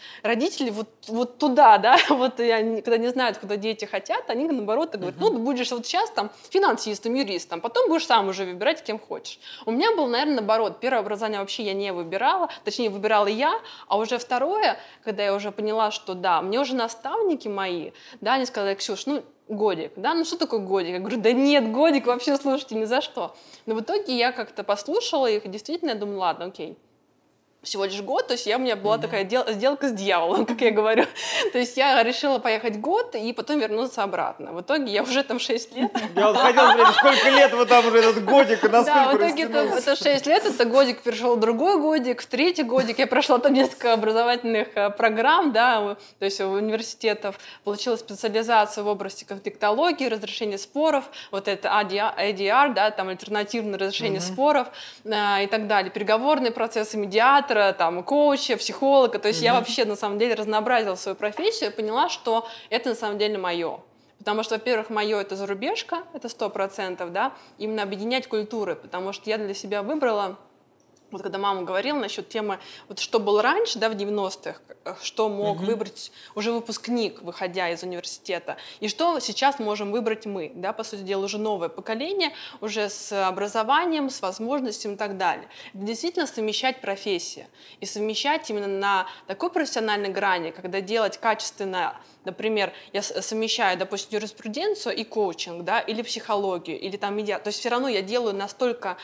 родители вот туда, да, вот они, когда не знают, куда дети хотят, они наоборот говорят, ну, будешь вот сейчас там финансистом, юристом, потом будешь сам уже выбирать, кем хочешь. У меня было, наверное, наоборот. Первое образование вообще я не выбирала, точнее, выбирала я, а уже второе, когда я уже поняла, что да, мне уже наставники мои, да, они сказали, Ксюш, ну, годик, да, ну что такое годик? Я говорю, да нет, годик вообще, слушайте, ни за что. Но в итоге я как-то послушала их, и действительно я думаю, ладно, окей. Всего лишь год, то есть у меня была такая сделка с дьяволом, как я говорю. То есть я решила поехать год и потом вернуться обратно. В итоге я уже там 6 лет. Я вот хотел спросить, сколько лет вы там уже этот годик, и насколько Да, в итоге это 6 лет, это годик перешел другой годик, в третий годик я прошла там несколько образовательных программ, да, то есть университетов, получила специализацию в области конфликтологии, разрешения споров, вот это ADR, да, там альтернативное разрешение споров и так далее, переговорные процессы, медиатор, там, коуча, психолога, то есть я вообще, на самом деле, разнообразила свою профессию и поняла, что это, на самом деле, мое. Потому что, во-первых, мое — это зарубежка, это 100%, да, именно объединять культуры, потому что я для себя выбрала, вот когда мама говорила насчет темы, вот что было раньше, да, в 90-х, что мог выбрать уже выпускник, выходя из университета, и что сейчас можем выбрать мы, да, по сути дела, уже новое поколение, уже с образованием, с возможностями и так далее. Это действительно совмещать профессии, и совмещать именно на такой профессиональной грани, когда делать качественно. Например, я совмещаю, допустим, юриспруденцию и коучинг, да, или психологию, или там медиацию. То есть все равно я делаю настолько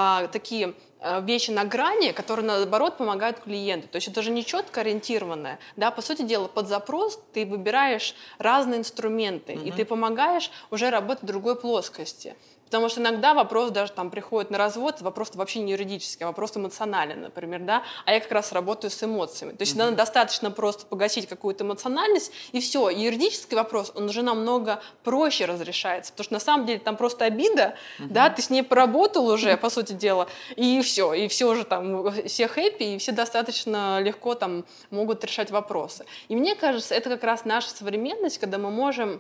такие вещи на грани, которые, наоборот, помогают клиенту. То есть это же не четко ориентированное. Да? По сути дела, под запрос ты выбираешь разные инструменты, и ты помогаешь уже работать в другой плоскости. Потому что иногда вопрос даже там приходит на развод, вопрос вообще не юридический, а вопрос эмоциональный, например, да, а я как раз работаю с эмоциями. То есть достаточно просто погасить какую-то эмоциональность, и все. И юридический вопрос, он уже намного проще разрешается, потому что на самом деле там просто обида, да, ты с ней поработал уже, по сути дела, и все уже там, все хэппи, и все достаточно легко там могут решать вопросы. И мне кажется, это как раз наша современность, когда мы можем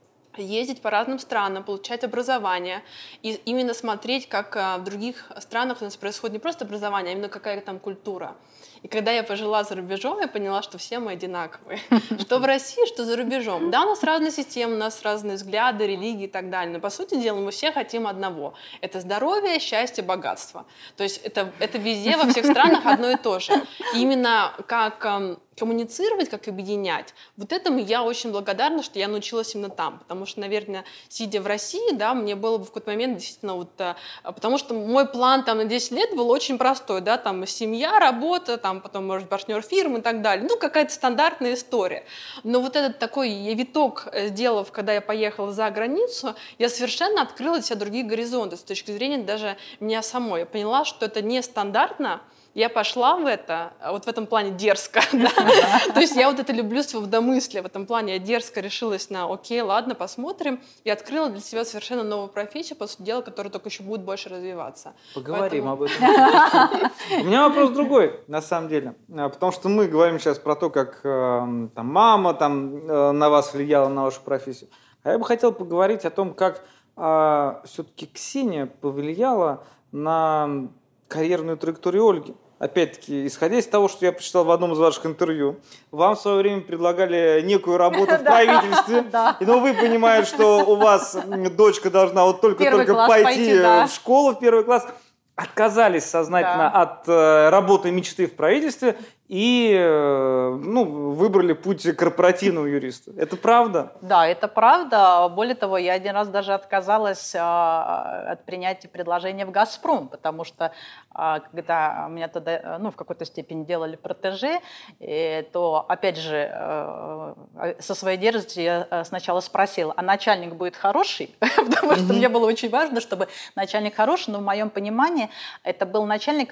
ездить по разным странам, получать образование и именно смотреть, как в других странах у нас происходит не просто образование, а именно какая там культура. И когда я пожила за рубежом, я поняла, что все мы одинаковые. Что в России, что за рубежом. Да, у нас разные системы, у нас разные взгляды, религии и так далее. Но, по сути дела, мы все хотим одного. Это здоровье, счастье, богатство. То есть это везде, во всех странах одно и то же. И именно как коммуницировать, как объединять. Вот этому я очень благодарна, что я научилась именно там. Потому что, наверное, сидя в России, да, мне было бы в какой-то момент действительно вот... Потому что мой план там на 10 лет был очень простой, да, там семья, работа, там потом, может, партнер фирмы и так далее. Ну, какая-то стандартная история. Но вот этот такой виток, сделав, когда я поехала за границу, я совершенно открыла для себя другие горизонты с точки зрения даже меня самой. Я поняла, что это нестандартно. Я пошла в это, вот в этом плане дерзко, да? То есть я вот это люблю свободомыслие, в этом плане я дерзко решилась на окей, ладно, посмотрим, и открыла для себя совершенно новую профессию, по сути дела, которая только еще будет больше развиваться. Поговорим об этом. У меня вопрос другой, на самом деле, потому что мы говорим сейчас про то, как там, мама там, на вас влияла, на вашу профессию, а я бы хотел поговорить о том, как все-таки Ксения повлияла на карьерную траекторию Ольги. Опять-таки, исходя из того, что я прочитал в одном из ваших интервью, вам в свое время предлагали некую работу в правительстве, но вы понимаете, что у вас дочка должна вот только-только пойти в школу в первый класс, отказались сознательно от работы мечты в правительстве и выбрали путь корпоративного юриста. Это правда? Да, это правда. Более того, я один раз даже отказалась от принятия предложения в «Газпром», потому что когда меня тогда в какой-то степени делали протеже, то, опять же, со своей дерзостью я сначала спросила, а начальник будет хороший? Потому что мне было очень важно, чтобы начальник хороший, но в моем понимании это был начальник,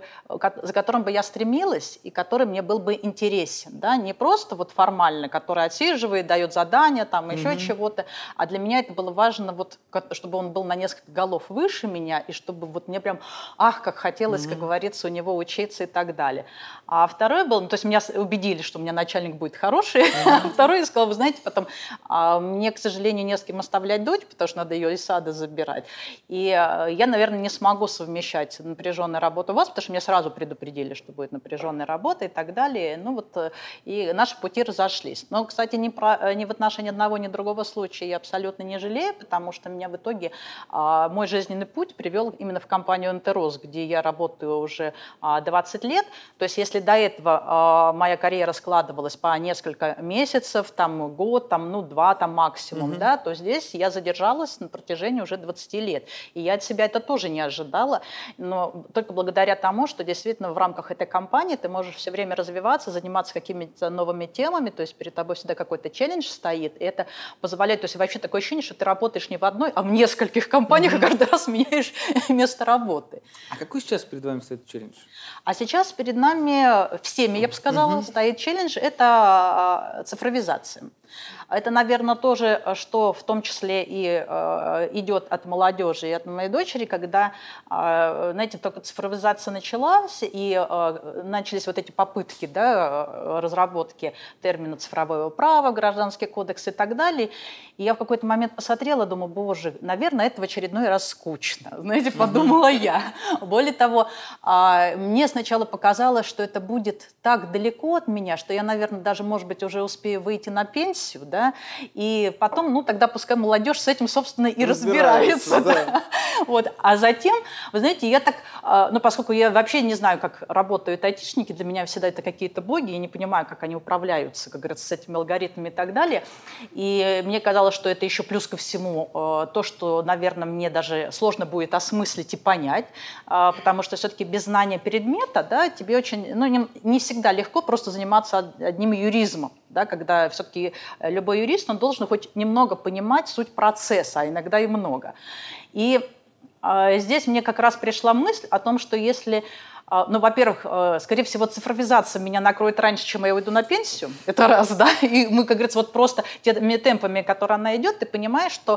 за которым бы я стремилась и который мне был бы интересен. Да? Не просто вот формально, который отсиживает, дает задания, там, еще чего-то, а для меня это было важно, вот, чтобы он был на несколько голов выше меня, и чтобы вот мне прям, как хотелось, как говорится, у него учиться и так далее. А второй был, то есть меня убедили, что у меня начальник будет хороший, Второй я сказала, вы знаете, потом мне, к сожалению, не с кем оставлять дочь, потому что надо ее из сада забирать. И я, наверное, не смогу совмещать напряженную работу у вас, потому что меня сразу предупредили, что будет напряженная работа и так далее. Ну вот, и наши пути разошлись. Но, кстати, ни в отношении одного, ни другого случая я абсолютно не жалею, потому что меня в итоге мой жизненный путь привел именно в компанию «Энтерос», где я работаю уже 20 лет. То есть если до этого моя карьера складывалась по несколько месяцев, там год, там, ну, 2 там, максимум, да, то здесь я задержалась на протяжении уже 20 лет. И я от себя это тоже не ожидала, но только благодаря тому, что действительно в рамках этой компании ты можешь все время развиваться, заниматься какими-то новыми темами, то есть перед тобой всегда какой-то челлендж стоит, и это позволяет, то есть вообще такое ощущение, что ты работаешь не в одной, а в нескольких компаниях, и каждый раз меняешь место работы. А какой сейчас перед вами стоит челлендж? А сейчас перед нами всеми, я бы сказала, стоит челлендж – это цифровизация. Это, наверное, тоже, что в том числе и идет от молодежи и от моей дочери, когда, знаете, только цифровизация началась, и начались вот эти попытки, да, разработки термина цифровое право, гражданский кодекс и так далее. И я в какой-то момент посмотрела, думаю, боже, наверное, это в очередной раз скучно. Знаете, подумала я. Более того, мне сначала показалось, что это будет так далеко от меня, что я, наверное, даже, может быть, уже успею выйти на пенсию, да, и потом, ну, тогда пускай молодежь с этим, собственно, и разбирается. Да. Вот. А затем, вы знаете, я так, ну, поскольку я вообще не знаю, как работают айтишники, для меня всегда это какие-то боги, я не понимаю, как они управляются, как говорится, с этими алгоритмами и так далее. И мне казалось, что это еще плюс ко всему то, что, наверное, мне даже сложно будет осмыслить и понять, потому что все-таки без знания предмета, да, тебе очень, ну, не всегда легко просто заниматься одним юризмом. Да, когда все-таки любой юрист, он должен хоть немного понимать суть процесса, а иногда и много. И здесь мне как раз пришла мысль о том, что если, ну, во-первых, скорее всего, цифровизация меня накроет раньше, чем я уйду на пенсию, это раз, да, и мы, как говорится, вот просто теми темпами, которые она идет, ты понимаешь, что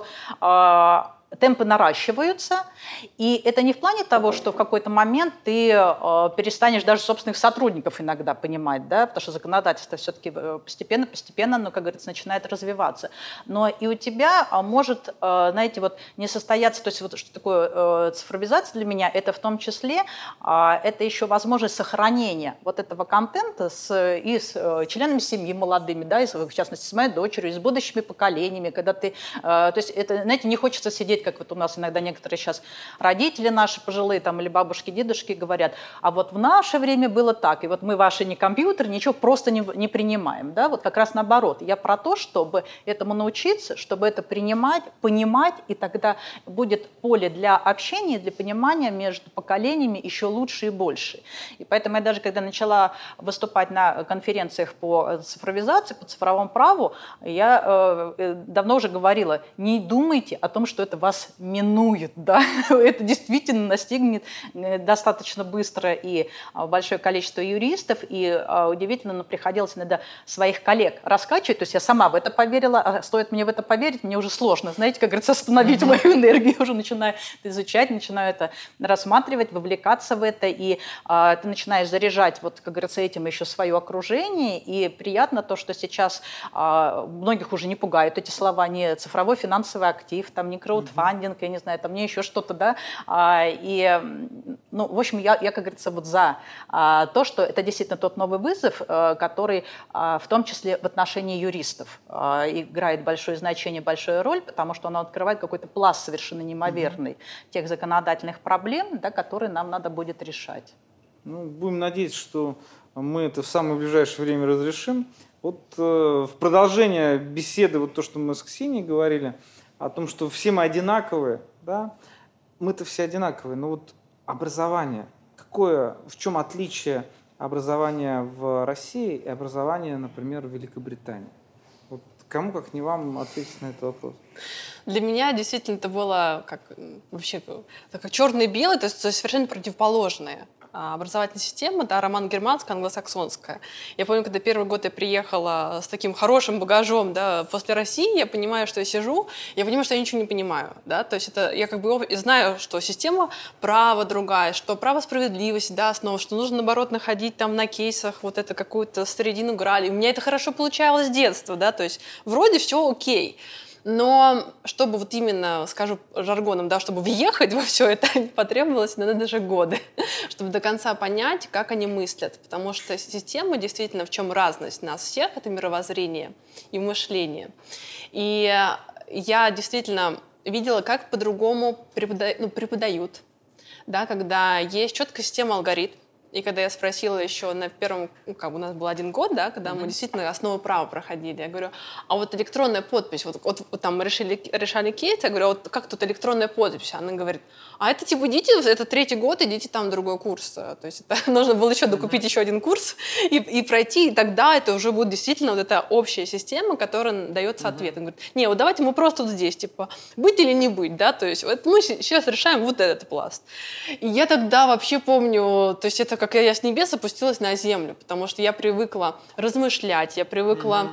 темпы наращиваются, и это не в плане того, что в какой-то момент ты перестанешь даже собственных сотрудников иногда понимать, да, потому что законодательство все-таки постепенно, ну, как говорится, начинает развиваться. Но и у тебя может, знаете, вот не состояться, то есть вот что такое цифровизация для меня, это в том числе, это еще возможность сохранения вот этого контента и с членами семьи молодыми, да, и, в частности, с моей дочерью, и с будущими поколениями, когда ты, то есть это, знаете, не хочется сидеть, как вот у нас иногда некоторые сейчас родители наши пожилые там, или бабушки, дедушки говорят, а вот в наше время было так, и вот мы ваши не компьютер, ничего просто не принимаем. Да? Вот как раз наоборот. Я про то, чтобы этому научиться, чтобы это принимать, понимать, и тогда будет поле для общения, для понимания между поколениями еще лучше и больше. И поэтому я даже, когда начала выступать на конференциях по цифровизации, по цифровому праву, я давно уже говорила, не думайте о том, что это вас минует, да, это действительно настигнет достаточно быстро и большое количество юристов, и удивительно, но приходилось иногда своих коллег раскачивать, то есть я сама в это поверила, а стоит мне в это поверить, мне уже сложно, знаете, как говорится, остановить мою энергию, уже начинаю изучать, начинаю это рассматривать, вовлекаться в это, и ты начинаешь заряжать, вот, как говорится, этим еще свое окружение, и приятно то, что сейчас многих уже не пугают эти слова, не цифровой финансовый актив, там, не краудфандинг, я не знаю, там, не еще что-то, да, и, ну, в общем, я, как говорится, вот за то, что это действительно тот новый вызов, который в том числе в отношении юристов играет большое значение, большую роль, потому что он открывает какой-то пласт совершенно неимоверный тех законодательных проблем, да, которые нам надо будет решать. Ну, будем надеяться, что мы это в самое ближайшее время разрешим. Вот в продолжение беседы, вот то, что мы с Ксенией говорили, о том, что все мы одинаковые, да, мы-то все одинаковые, но вот образование, в чем отличие образования в России и образования, например, в Великобритании? Вот кому, как не вам, ответить на этот вопрос? Для меня действительно это было как вообще как черное и белое, то есть совершенно противоположные образовательная система, да, романо-германская, англосаксонская. Я помню, когда первый год я приехала с таким хорошим багажом, да, после России, я понимаю, что я сижу, я понимаю, что я ничего не понимаю, да, то есть это я как бы знаю, что система права другая, что право справедливости, да, основа, что нужно, наоборот, находить там на кейсах вот это какую-то середину грали. У меня это хорошо получалось с детства, да, то есть вроде все окей. Но чтобы вот именно, скажу жаргоном, да, чтобы въехать во все это, потребовалось, наверное, даже годы, чтобы до конца понять, как они мыслят. Потому что система, действительно, в чем разность нас всех, это мировоззрение и мышление. И я действительно видела, как по-другому преподают, да, когда есть четкая система алгоритм. И когда я спросила еще на первом, как бы у нас был 1 год, да, когда мы действительно основу права проходили, я говорю, а вот электронная подпись, вот там мы решали кейс, я говорю, а вот как тут электронная подпись? Она говорит, а это типа идите, это 3-й год, идите там другой курс. То есть это нужно было еще докупить еще 1 курс и пройти, и тогда это уже будет действительно вот эта общая система, которая дается ответ. Он говорит, не, вот давайте мы просто вот здесь, типа, быть или не быть, да, то есть вот мы сейчас решаем вот этот пласт. И я тогда вообще помню, то есть это как я с небес опустилась на землю, потому что я привыкла размышлять, я привыкла,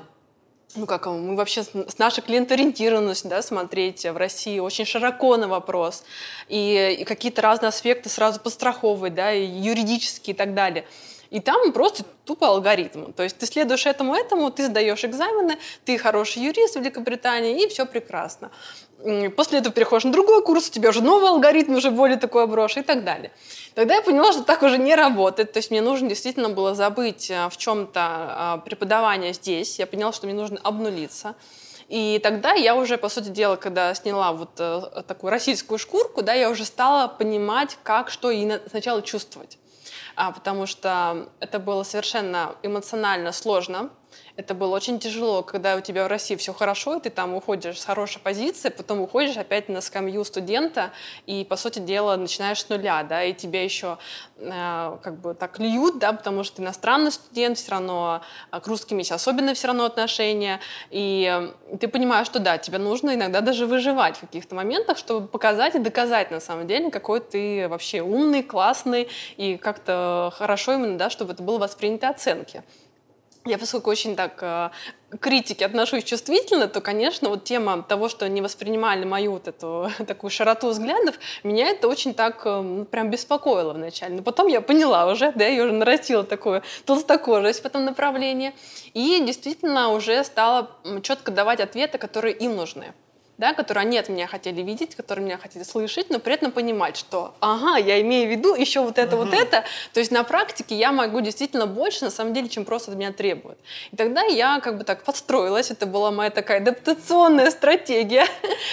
мы вообще с нашей клиентоориентированностью, да, смотреть в России очень широко на вопрос, и какие-то разные аспекты сразу подстраховывать, да, и юридические и так далее. И там просто тупо алгоритм. То есть ты следуешь этому, ты сдаешь экзамены, ты хороший юрист в Великобритании, и все прекрасно. После этого переходишь на другой курс, у тебя уже новый алгоритм, уже более такой обросший и так далее. Тогда я поняла, что так уже не работает. То есть мне нужно действительно было забыть в чем-то преподавание здесь. Я поняла, что мне нужно обнулиться. И тогда я уже, по сути дела, когда сняла вот такую российскую шкурку, да, я уже стала понимать, как, что и сначала чувствовать. Потому что это было совершенно эмоционально сложно. Это было очень тяжело, когда у тебя в России все хорошо, и ты там уходишь с хорошей позиции, потом уходишь опять на скамью студента и, по сути дела, начинаешь с нуля, да, и тебя еще как бы так льют, да, потому что ты иностранный студент, все равно к русским есть особенно все равно отношения, и ты понимаешь, что да, тебе нужно иногда даже выживать в каких-то моментах, чтобы показать и доказать на самом деле, какой ты вообще умный, классный, и как-то хорошо именно, да, чтобы это было воспринято оценки. Я, поскольку очень так к критике отношусь чувствительно, то, конечно, вот тема того, что не воспринимали мою вот эту такую широту взглядов, меня это очень так прям беспокоило вначале. Но потом я поняла уже, да, я уже нарастила такую толстокожесть в этом направлении, и действительно уже стала четко давать ответы, которые им нужны. Да, которые они от меня хотели видеть, которые меня хотели слышать, но при этом понимать, что ага, я имею в виду еще вот это, вот это. То есть на практике я могу действительно больше, на самом деле, чем просто от меня требуют. И тогда я как бы так подстроилась, это была моя такая адаптационная стратегия,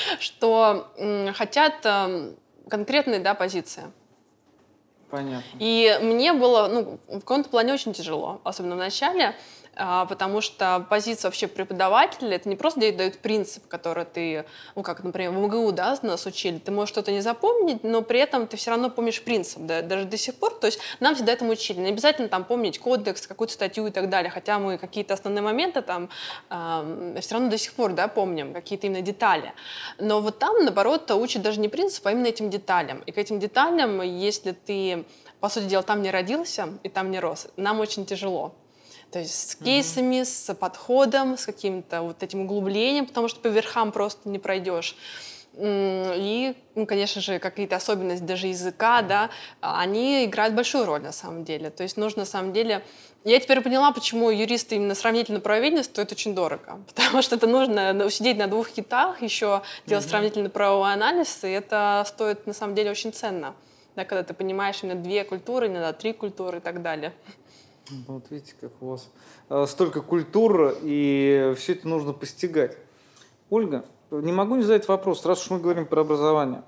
что хотят конкретные, да, позиции. Понятно. И мне было, в каком-то плане очень тяжело, особенно в начале, потому что позиция вообще преподавателя, это не просто дают принцип, который ты, как, например, в МГУ, да, нас учили, ты можешь что-то не запомнить, но при этом ты все равно помнишь принцип, да, даже до сих пор, то есть нам всегда этому учили, не обязательно там помнить кодекс, какую-то статью и так далее, хотя мы какие-то основные моменты там все равно до сих пор, да, помним, какие-то именно детали, но вот там, наоборот, учат даже не принцип, а именно этим деталям, и к этим деталям, если ты, по сути дела, там не родился и там не рос, нам очень тяжело. То есть с кейсами, с подходом, с каким-то вот этим углублением, потому что по верхам просто не пройдешь. И, конечно же, какие-то особенности даже языка, да, они играют большую роль на самом деле. То есть нужно на самом деле... Я теперь поняла, почему юристы именно сравнительное правоведение стоят очень дорого. Потому что это нужно сидеть на 2 китах, еще делать сравнительный правовой анализ, и это стоит на самом деле очень ценно. Да, когда ты понимаешь именно 2 культуры, иногда 3 культуры и так далее. Вот видите, как у вас столько культур, и все это нужно постигать. Ольга, не могу не задать вопрос, раз уж мы говорим про образование.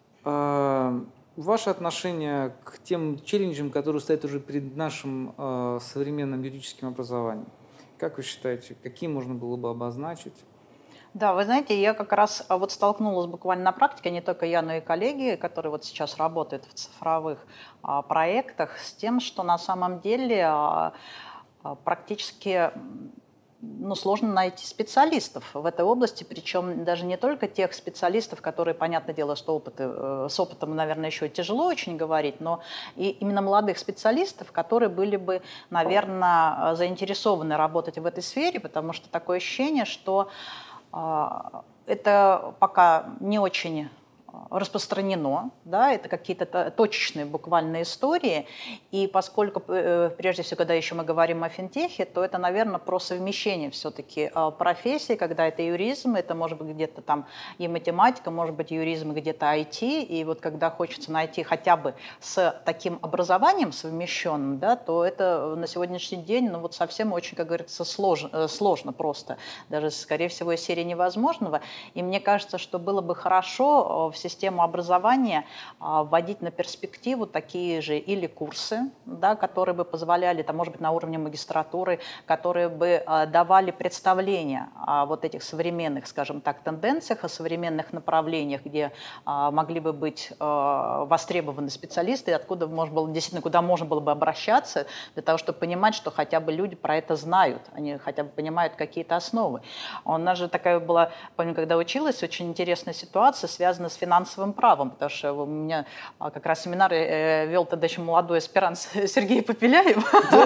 Ваше отношение к тем челленджам, которые стоят уже перед нашим современным юридическим образованием? Как вы считаете, какие можно было бы обозначить? Да, вы знаете, я как раз вот столкнулась буквально на практике, не только я, но и коллеги, которые вот сейчас работают в цифровых проектах, с тем, что на самом деле практически сложно найти специалистов в этой области, причем даже не только тех специалистов, которые, понятное дело, что с опытом, наверное, еще тяжело очень говорить, но и именно молодых специалистов, которые были бы, наверное, заинтересованы работать в этой сфере, потому что такое ощущение, что это пока не очень распространено, да, это какие-то точечные буквально истории, и поскольку, прежде всего, когда еще мы говорим о финтехе, то это, наверное, про совмещение все-таки профессий, когда это юризм, это может быть где-то там и математика, может быть юризм, где-то IT, и вот когда хочется найти хотя бы с таким образованием совмещенным, да, то это на сегодняшний день, вот совсем очень, как говорится, сложно просто, даже, скорее всего, из серии невозможного, и мне кажется, что было бы хорошо в систему образования вводить на перспективу такие же или курсы, да, которые бы позволяли, там, может быть, на уровне магистратуры, которые бы давали представление о вот этих современных, скажем так, тенденциях, о современных направлениях, где могли бы быть востребованы специалисты, откуда можно было, действительно, куда можно было бы обращаться, для того, чтобы понимать, что хотя бы люди про это знают, они хотя бы понимают какие-то основы. У нас же такая была, помню, когда училась, очень интересная ситуация, связанная с финансовым правом, потому что у меня как раз семинар вел тогда еще молодой аспирант Сергей Попеляев.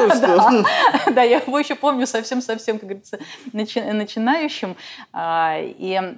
Да, я его еще помню совсем-совсем, как говорится, начинающим. И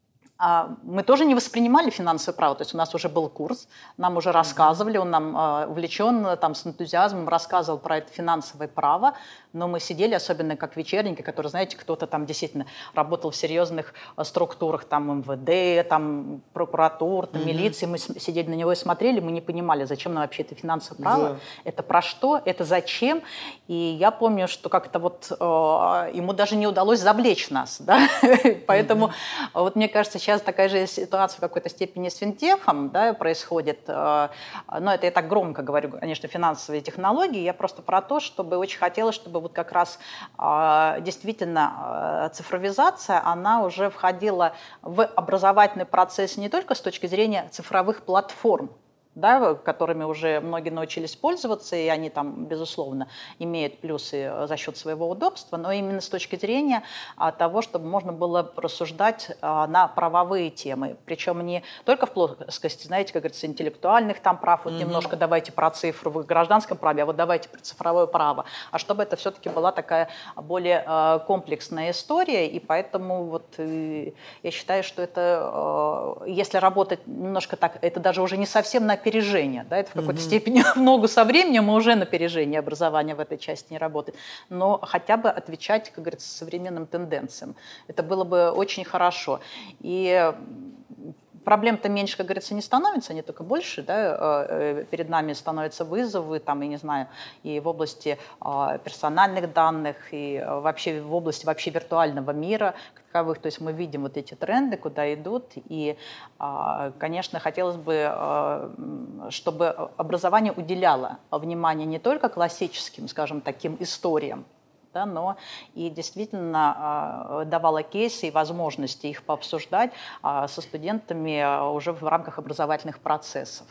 мы тоже не воспринимали финансовое право, то есть у нас уже был курс, нам уже рассказывали, он нам увлеченно, там, с энтузиазмом рассказывал про это финансовое право, но мы сидели, особенно как вечерники, которые, знаете, кто-то там действительно работал в серьезных структурах, там МВД, там прокуратура, там милиции, мы сидели на него и смотрели, мы не понимали, зачем нам вообще это финансовое право, это про что, это зачем, и я помню, что как-то вот ему даже не удалось завлечь нас, да, поэтому вот мне кажется, сейчас такая же ситуация в какой-то степени с финтехом, да, происходит, но это я так громко говорю, конечно, финансовые технологии, я просто про то, чтобы очень хотелось, чтобы вот как раз действительно цифровизация, она уже входила в образовательный процесс не только с точки зрения цифровых платформ, да, которыми уже многие научились пользоваться, и они там, безусловно, имеют плюсы за счет своего удобства, но именно с точки зрения того, чтобы можно было рассуждать на правовые темы. Причем не только в плоскости, знаете, как говорится, интеллектуальных там прав, вот немножко давайте про цифру в гражданском праве, а вот давайте про цифровое право, а чтобы это все-таки была такая более комплексная история, и поэтому вот я считаю, что это, если работать немножко так, это даже уже не совсем на опережение, да, это в какой-то степени в ногу со временем, мы уже на опережение образования в этой части не работает, но хотя бы отвечать, как говорится, современным тенденциям. Это было бы очень хорошо. И проблем-то меньше, как говорится, не становится, они только больше, да, перед нами становятся вызовы, там, я не знаю, и в области персональных данных, и вообще в области вообще виртуального мира, таковых, то есть мы видим вот эти тренды, куда идут, и, конечно, хотелось бы, чтобы образование уделяло внимание не только классическим, скажем, таким историям, да, но и действительно давала кейсы и возможности их пообсуждать со студентами уже в рамках образовательных процессов.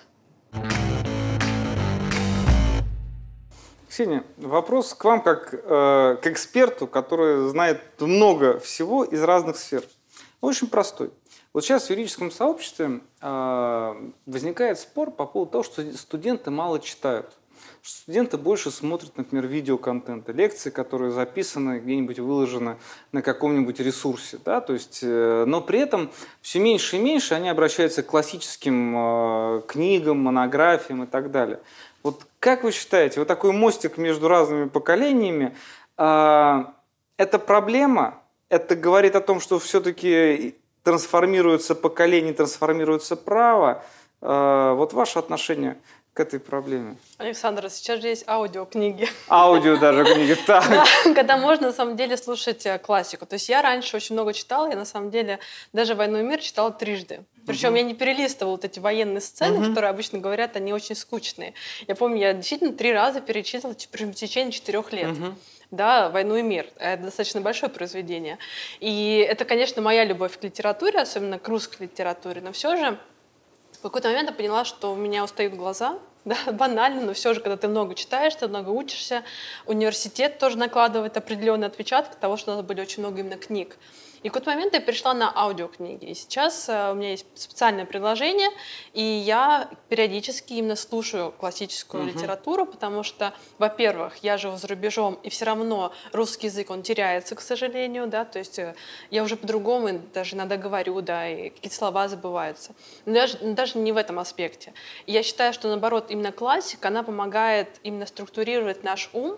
Ксения, вопрос к вам как к эксперту, который знает много всего из разных сфер. Очень простой. Вот сейчас в юридическом сообществе возникает спор по поводу того, что студенты мало читают. Что студенты больше смотрят, например, видеоконтент, лекции, которые записаны, где-нибудь выложены на каком-нибудь ресурсе. Да? То есть, но при этом все меньше и меньше они обращаются к классическим книгам, монографиям и так далее. Вот как вы считаете, вот такой мостик между разными поколениями, это проблема? Это говорит о том, что все-таки трансформируется поколение, трансформируется право? Вот ваше отношение к этой проблеме? Александр, сейчас же есть аудиокниги. Аудио даже книги, так. Да, когда можно, на самом деле, слушать классику. То есть я раньше очень много читала, я, на самом деле, даже «Войну и мир» читала трижды. Причем я не перелистывала вот эти военные сцены, которые обычно говорят, они очень скучные. Я помню, я действительно 3 раза перечитывала в течение 4 лет. Да, «Войну и мир». Это достаточно большое произведение. И это, конечно, моя любовь к литературе, особенно к русской литературе, но все же в какой-то момент я поняла, что у меня устают глаза, да, банально, но все же, когда ты много читаешь, ты много учишься, университет тоже накладывает определенный отпечаток того, что у нас были очень много именно книг. И в какой-то момент я перешла на аудиокниги. И сейчас у меня есть специальное приложение, и я периодически именно слушаю классическую литературу, потому что, во-первых, я живу за рубежом, и все равно русский язык, он теряется, к сожалению, да, то есть я уже по-другому даже иногда говорю, да, и какие-то слова забываются. Но даже не в этом аспекте. И я считаю, что, наоборот, именно классика, она помогает именно структурировать наш ум,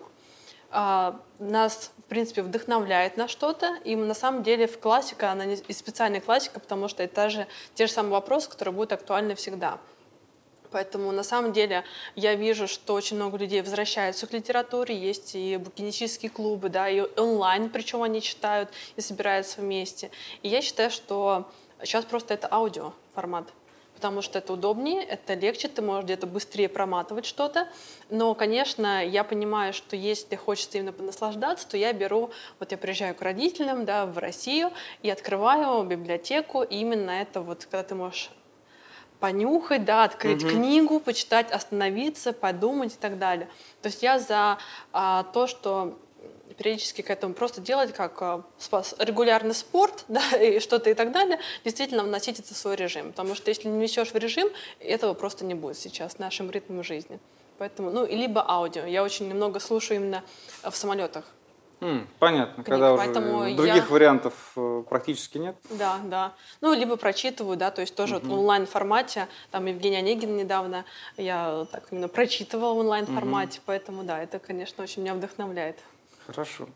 нас, в принципе, вдохновляет на что-то. И на самом деле классика, она не и специальная классика, потому что это те же самые вопросы, которые будут актуальны всегда. Поэтому на самом деле я вижу, что очень много людей возвращаются к литературе, есть и букинистические клубы, да, и онлайн, причем они читают и собираются вместе. И я считаю, что сейчас просто это аудиоформат. Потому что это удобнее, это легче, ты можешь где-то быстрее проматывать что-то. Но, конечно, я понимаю, что если хочется именно понаслаждаться, то я приезжаю к родителям, да, в Россию и открываю библиотеку. И именно это когда ты можешь понюхать, да, открыть книгу, почитать, остановиться, подумать и так далее. То есть я за то, что периодически к этому просто делать как регулярный спорт, да, и что-то и так далее, действительно вносить это в свой режим. Потому что если не внесешь в режим, этого просто не будет сейчас с нашим ритмом жизни. Поэтому, либо аудио. Я очень много слушаю именно в самолетах. Понятно, книг, когда уже других вариантов практически нет. Да. Либо прочитываю, да, то есть тоже в онлайн-формате. Там Евгений Онегин недавно я так именно прочитывала в онлайн-формате, поэтому, да, это, конечно, очень меня вдохновляет. Хорошо.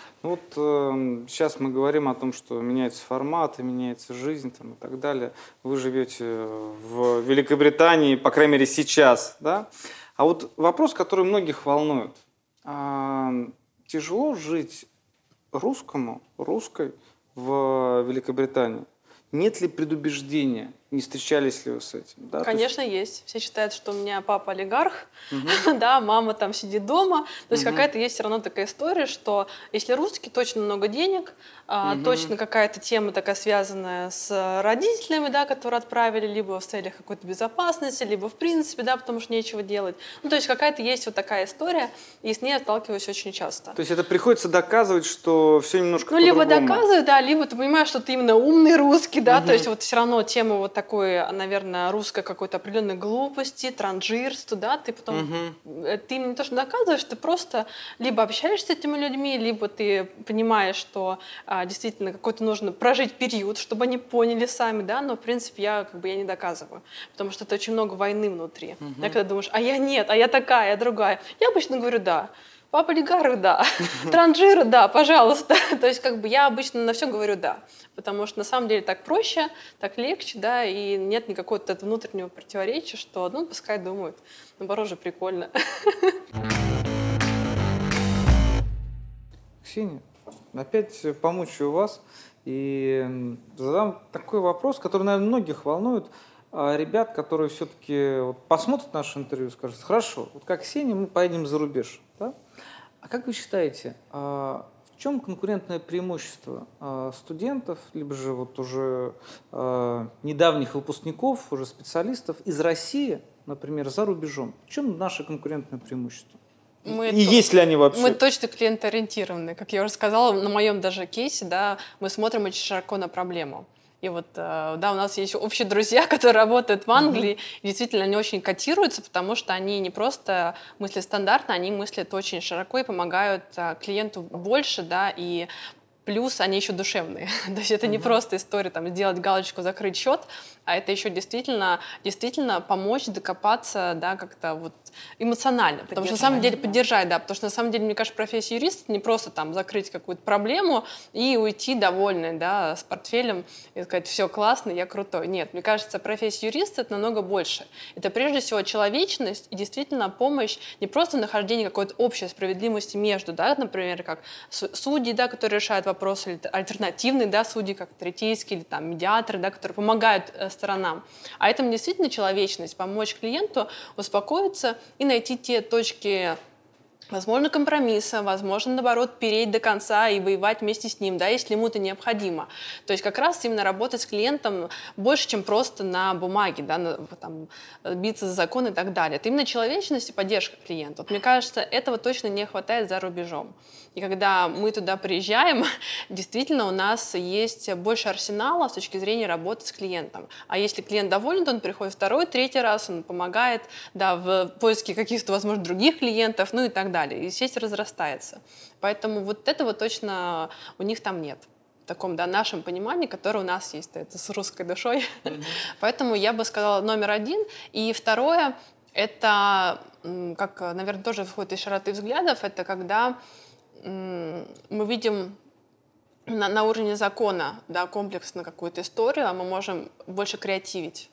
Сейчас мы говорим о том, что меняется формат, и меняется жизнь и так далее. Вы живете в Великобритании, по крайней мере, сейчас, да? А вот вопрос, который многих волнует. Тяжело жить русской в Великобритании? Нет ли предубеждения? Не встречались ли вы с этим? Да? Конечно, есть. Все считают, что у меня папа олигарх, да, мама там сидит дома. То есть какая-то есть все равно такая история, что если русский, точно много денег, точно какая-то тема такая связанная с родителями, да, которые отправили либо в целях какой-то безопасности, либо в принципе, да, потому что нечего делать. То есть какая-то есть вот такая история, и с ней я сталкиваюсь очень часто. То есть это приходится доказывать, что все немножко по-другому? Либо доказывать, да, либо ты понимаешь, что ты именно умный русский, да, то есть все равно тема вот такой, наверное, русской какой-то определенной глупости, транжирства, да, ты потом, ты им не то что доказываешь, ты просто либо общаешься с этими людьми, либо ты понимаешь, что действительно какой-то нужно прожить период, чтобы они поняли сами, да, но в принципе я не доказываю, потому что это очень много войны внутри. Да, когда думаешь, а я нет, а я такая, я другая. Я обычно говорю да. Папа олигарх, да. Транжиры, да, пожалуйста. То есть я обычно на все говорю да. Потому что на самом деле так проще, так легче, да, и нет никакого внутреннего противоречия, что, пускай думают. Наоборот же прикольно. Ксения, опять помучаю вас и задам такой вопрос, который, наверное, многих волнует. Ребят, которые все-таки посмотрят наше интервью и скажут: хорошо, как Ксения, мы поедем за рубеж. Да? А как вы считаете, в чем конкурентное преимущество студентов, либо же уже недавних выпускников, уже специалистов из России, например, за рубежом? В чем наше конкурентное преимущество? Есть ли они вообще? Мы точно клиентоориентированы. Как я уже сказала, на моем даже кейсе, да, мы смотрим очень широко на проблему. И да, у нас есть общие друзья, которые работают в Англии, и действительно они очень котируются, потому что они не просто мыслят стандартно, они мыслят очень широко и помогают клиенту больше, да, и плюс они еще душевные. То есть это не просто история сделать галочку, закрыть счет, а это еще действительно помочь докопаться, да, как-то эмоционально. Потому что на самом деле поддержать, да, потому что на самом деле, мне кажется, профессия юриста не просто закрыть какую-то проблему и уйти довольной, да, с портфелем и сказать: все классно, я крутой. Нет, мне кажется, профессия юриста — это намного больше. Это прежде всего человечность и действительно помощь, не просто нахождение какой-то общей справедливости между, да, например, как судьи, да, которые решают вопросы, или альтернативные, да, судьи, как третейские или медиаторы, да, которые помогают сторонам. А это действительно человечность, помочь клиенту успокоиться и найти те точки возможно, компромисса, возможно, наоборот, переть до конца и воевать вместе с ним, да, если ему это необходимо. То есть как раз именно работать с клиентом больше, чем просто на бумаге, да, там, биться за закон и так далее. Это именно человечность и поддержка клиента. Вот, мне кажется, этого точно не хватает за рубежом. И когда мы туда приезжаем, действительно у нас есть больше арсенала с точки зрения работы с клиентом. А если клиент доволен, то он приходит второй, третий раз, он помогает, да, в поиске каких-то, возможно, других клиентов, ну и так далее. И сеть разрастается. Поэтому вот этого точно у них там нет. В таком, да, нашем понимании, которое у нас есть. Это с русской душой. Поэтому я бы сказала номер один. И второе, это, как, наверное, тоже входит из широты взглядов, это когда мы видим на уровне закона, да, комплексно какую-то историю, а мы можем больше креативить.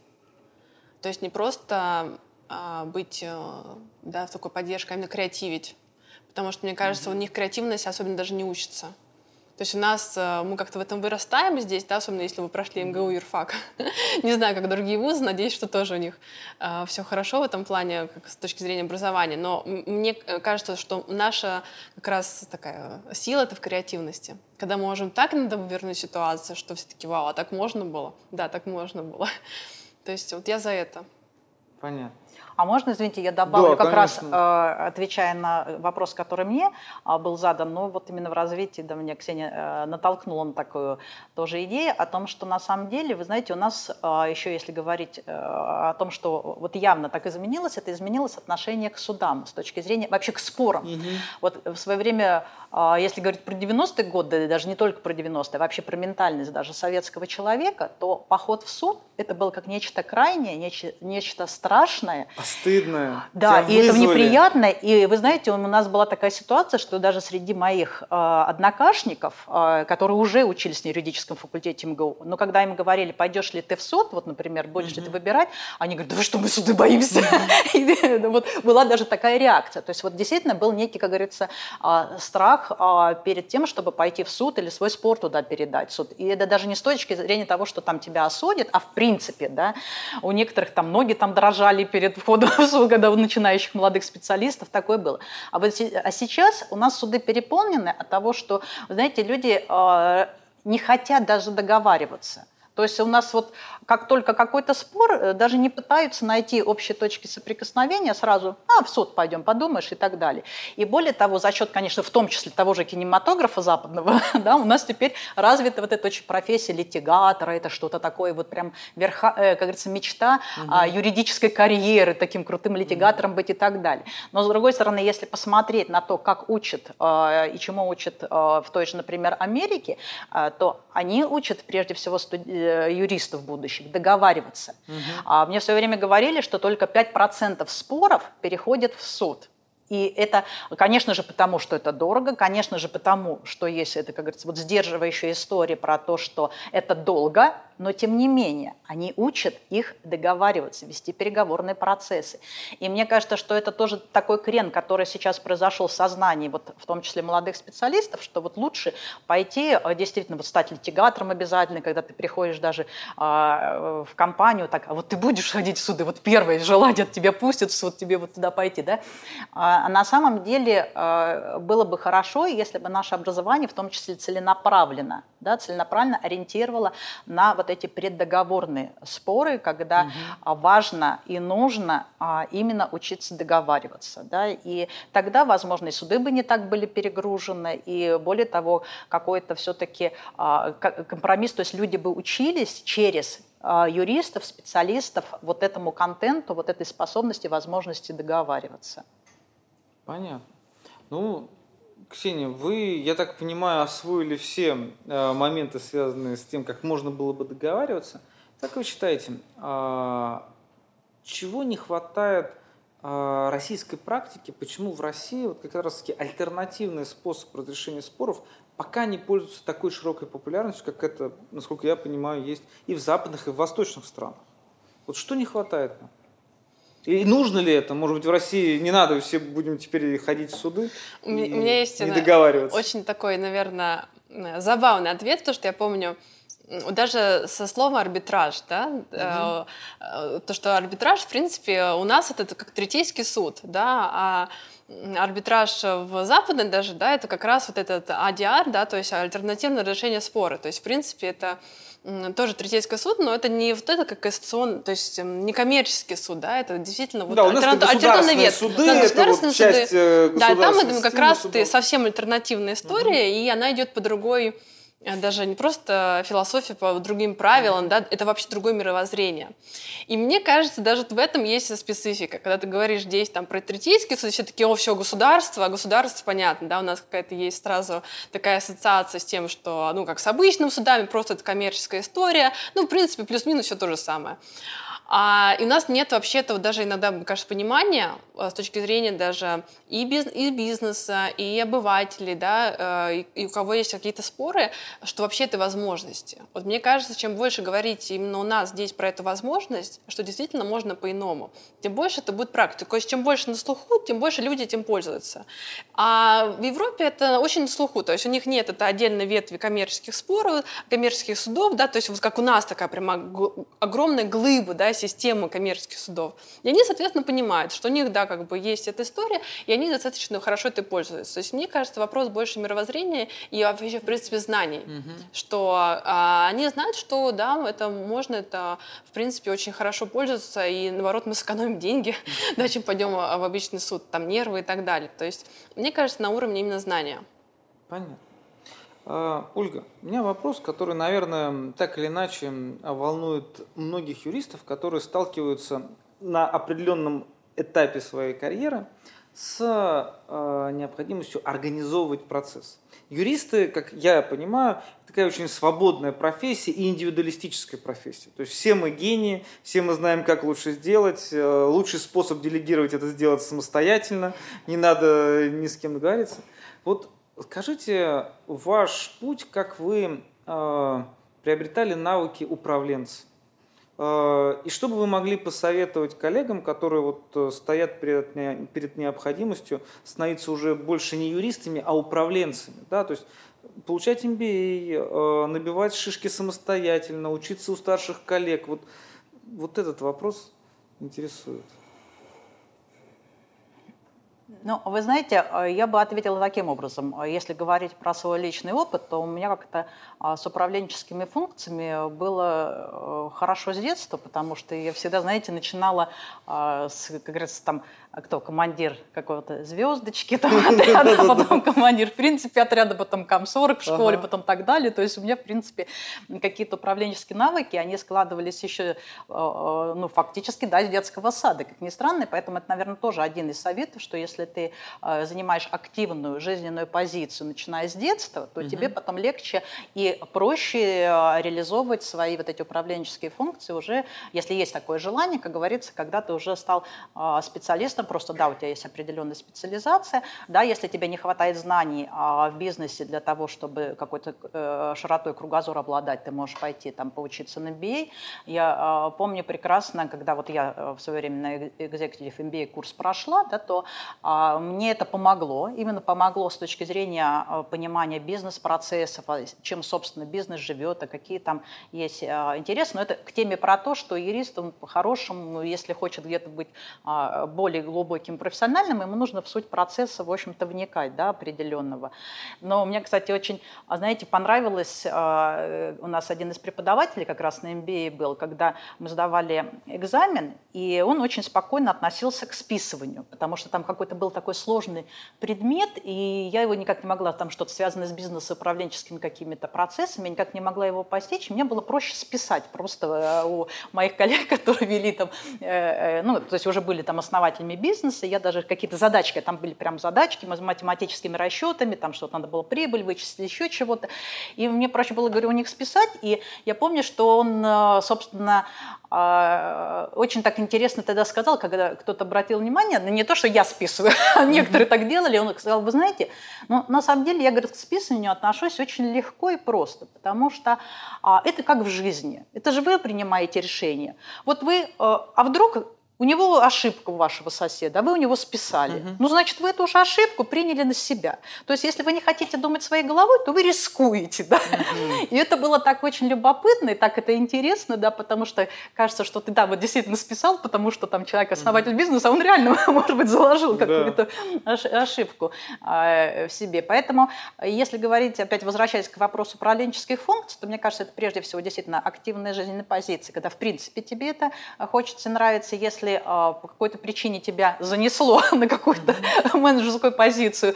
То есть не просто быть, да, в такой поддержке, а именно креативить. Потому что, мне кажется, у них креативность особенно даже не учится. То есть у нас, мы как-то в этом вырастаем здесь, да, особенно если вы прошли МГУ, юрфак. Не знаю, как другие вузы, надеюсь, что тоже у них все хорошо в этом плане, как с точки зрения образования. Но мне кажется, что наша как раз такая сила — это в креативности. Когда мы можем так иногда вывернуть ситуацию, что все таки вау, а так можно было? Да, так можно было. То есть вот я за это. Понятно. А можно, извините, я добавлю, да, как раз отвечая на вопрос, который мне был задан, но вот именно в развитии, да, меня Ксения натолкнула на такую тоже идею о том, что на самом деле, вы знаете, у нас еще, если говорить о том, что вот явно так изменилось, это изменилось отношение к судам с точки зрения, вообще к спорам. Вот в свое время, если говорить про 90-е годы, даже не только про 90-е, а вообще про ментальность даже советского человека, то поход в суд — это было как нечто крайнее, нечто страшное. Стыдное. Да, и это неприятно. И вы знаете, у нас была такая ситуация, что даже среди моих однокашников, которые уже учились на юридическом факультете МГУ, но когда им говорили, пойдешь ли ты в суд, вот, например, будешь ли ты выбирать, они говорят, да вы что, мы суды боимся? Вот была даже такая реакция. То есть вот действительно был некий, как говорится, страх перед тем, чтобы пойти в суд или свой спор туда передать в суд. И это даже не с точки зрения того, что там тебя осудят, а в принципе, да, у некоторых там ноги там дрожали перед входом в суд, когда у начинающих молодых специалистов такое было. А сейчас у нас суды переполнены от того, что, знаете, люди не хотят даже договариваться. То есть у нас вот как только какой-то спор, даже не пытаются найти общие точки соприкосновения, сразу в суд пойдем, подумаешь и так далее. И более того, за счет, конечно, в том числе того же кинематографа западного, да, у нас теперь развита вот эта очень профессия литигатора, это что-то такое вот прям, как говорится, мечта юридической карьеры, таким крутым литигатором быть и так далее. Но, с другой стороны, если посмотреть на то, как учат и чему учат в той же, например, Америке, то они учат прежде всего юристов будущих договариваться. Мне в свое время говорили, что только 5% споров переходят в суд. И это, конечно же, потому что это дорого, конечно же, потому что есть, это, как говорится, вот сдерживающая история про то, что это долго, но тем не менее они учат их договариваться, вести переговорные процессы. И мне кажется, что это тоже такой крен, который сейчас произошел в сознании, вот, в том числе молодых специалистов, что вот лучше пойти, действительно, вот стать литигатором обязательно, когда ты приходишь даже в компанию, так, а вот ты будешь ходить в суды, вот первое желание от тебя пустят в суд, тебе вот туда пойти, да? А на самом деле было бы хорошо, если бы наше образование, в том числе целенаправленно, да, целенаправленно ориентировало на вот эти преддоговорные споры, когда важно и нужно именно учиться договариваться. Да, и тогда, возможно, и суды бы не так были перегружены, и более того, какой-то все-таки компромисс, то есть люди бы учились через юристов, специалистов вот этому контенту, вот этой способности, возможности договариваться. Понятно. Ну, Ксения, вы, я так понимаю, освоили все моменты, связанные с тем, как можно было бы договариваться. Как вы считаете, чего не хватает российской практике? Почему в России вот как раз-таки альтернативный способ разрешения споров пока не пользуется такой широкой популярностью, как это, насколько я понимаю, есть и в западных, и в восточных странах? Вот что не хватает нам? И нужно ли это? Может быть, в России не надо, все будем теперь ходить в суды у меня есть не договариваться? Очень такой, наверное, забавный ответ, потому что я помню, даже со слова арбитраж, да, то, что арбитраж, в принципе, у нас это как третейский суд, да, а арбитраж в западной даже, да, это как раз вот этот ADR, да, то есть альтернативное разрешение спора, то есть, в принципе, это тоже третейский суд, но это не вот это как кассационный, то есть не коммерческий суд, да, это действительно вот да, у нас это государственные суды, да, это вот часть да, там это как раз судов. совсем альтернативная история, и она идет по другой, даже не просто философия, по другим правилам, да, это вообще другое мировоззрение. И мне кажется, даже в этом есть специфика. Когда ты говоришь здесь там, про третейский суд, все такие, все государство, а государство понятно, да, у нас какая-то есть сразу такая ассоциация с тем, что, ну, как с обычными судами, просто это коммерческая история, ну, в принципе, плюс-минус все то же самое. И у нас нет вообще этого даже иногда, мне кажется, понимания с точки зрения даже и бизнеса, и обывателей, да, и у кого есть какие-то споры, что вообще это возможности. Вот мне кажется, чем больше говорить именно у нас здесь про эту возможность, что действительно можно по-иному, тем больше это будет практика. То есть чем больше на слуху, тем больше люди этим пользуются. А в Европе это очень на слуху, то есть у них нет это отдельной ветви коммерческих споров, коммерческих судов, да, то есть вот как у нас такая прямо огромная глыба, да, система коммерческих судов. И они, соответственно, понимают, что у них, да, как бы есть эта история, и они достаточно хорошо этой пользуются. То есть, мне кажется, вопрос больше мировоззрения и вообще, в принципе, знаний. Что они знают, что, да, это можно, это, в принципе, очень хорошо пользоваться, и, наоборот, мы сэкономим деньги, да, чем пойдем в обычный суд, там, нервы и так далее. То есть, мне кажется, на уровне именно знания. Понятно. Ольга, у меня вопрос, который, наверное, так или иначе волнует многих юристов, которые сталкиваются на определенном этапе своей карьеры с необходимостью организовывать процесс. Юристы, как я понимаю, такая очень свободная профессия и индивидуалистическая профессия. То есть все мы гении, все мы знаем, как лучше сделать. Лучший способ делегировать это сделать самостоятельно, не надо ни с кем договориться. Вот скажите, ваш путь, как вы приобретали навыки управленца? И что бы вы могли посоветовать коллегам, которые вот стоят перед необходимостью становиться уже больше не юристами, а управленцами? Да? То есть получать MBA, набивать шишки самостоятельно, учиться у старших коллег. Вот этот вопрос интересует. Ну, вы знаете, я бы ответила таким образом. Если говорить про свой личный опыт, то у меня как-то с управленческими функциями было хорошо с детства, потому что я всегда, знаете, начинала с, как говорится, там, командир какого-то звездочки, там, отряда, потом командир, в принципе, отряда, потом комсорг в школе, потом так далее. То есть у меня, в принципе, какие-то управленческие навыки, они складывались еще, фактически, да, с детского сада, как ни странно. Поэтому это, наверное, тоже один из советов, что если ты занимаешь активную жизненную позицию, начиная с детства, то тебе потом легче и проще реализовывать свои вот эти управленческие функции уже, если есть такое желание, как говорится, когда ты уже стал специалистом, просто, да, у тебя есть определенная специализация, да, если тебе не хватает знаний в бизнесе для того, чтобы какой-то широтой кругозора обладать, ты можешь пойти там поучиться на MBA. Я помню прекрасно, когда вот я в свое время на Executive MBA курс прошла, да, то мне это помогло, именно помогло с точки зрения понимания бизнес-процессов, чем, собственно, бизнес живет, а какие там есть интересы. Но это к теме про то, что юрист, он по-хорошему, если хочет где-то быть более глубоким профессиональным, ему нужно в суть процесса, в общем-то, вникать, да, определенного. Но мне, кстати, очень, знаете, понравилось, у нас один из преподавателей как раз на MBA был, когда мы сдавали экзамен, и он очень спокойно относился к списыванию, потому что там какой-то был такой сложный предмет, и я его никак не могла, там что-то связанное с бизнесом, управленческими какими-то процессами, я никак не могла его постичь, мне было проще списать просто у моих коллег, которые вели там, то есть уже были там основателями бизнеса, я даже какие-то задачки, там были прям задачки с математическими расчетами, там что-то надо было прибыль вычислить, еще чего-то, и мне проще было, говорю, у них списать, и я помню, что он, собственно, очень так интересно тогда сказал, когда кто-то обратил внимание, не то, что я списываю, некоторые так делали, он сказал, вы знаете, на самом деле я, говорит, к списыванию отношусь очень легко и просто, потому что это как в жизни, это же вы принимаете решение. Вот вы, а вдруг У него ошибка у вашего соседа, а вы у него списали. Ну, значит, вы эту же ошибку приняли на себя. То есть, если вы не хотите думать своей головой, то вы рискуете, да. И это было так очень любопытно, и так это интересно, да, потому что кажется, что ты, да, вот действительно списал, потому что там человек основатель бизнеса, а он реально, может быть, заложил какую-то ошибку в себе. Поэтому, если говорить, опять возвращаясь к вопросу управленческих функций, то, мне кажется, это прежде всего действительно активная жизненная позиция, когда, в принципе, тебе это хочется, нравится, если по какой-то причине тебя занесло на какую-то менеджерскую позицию,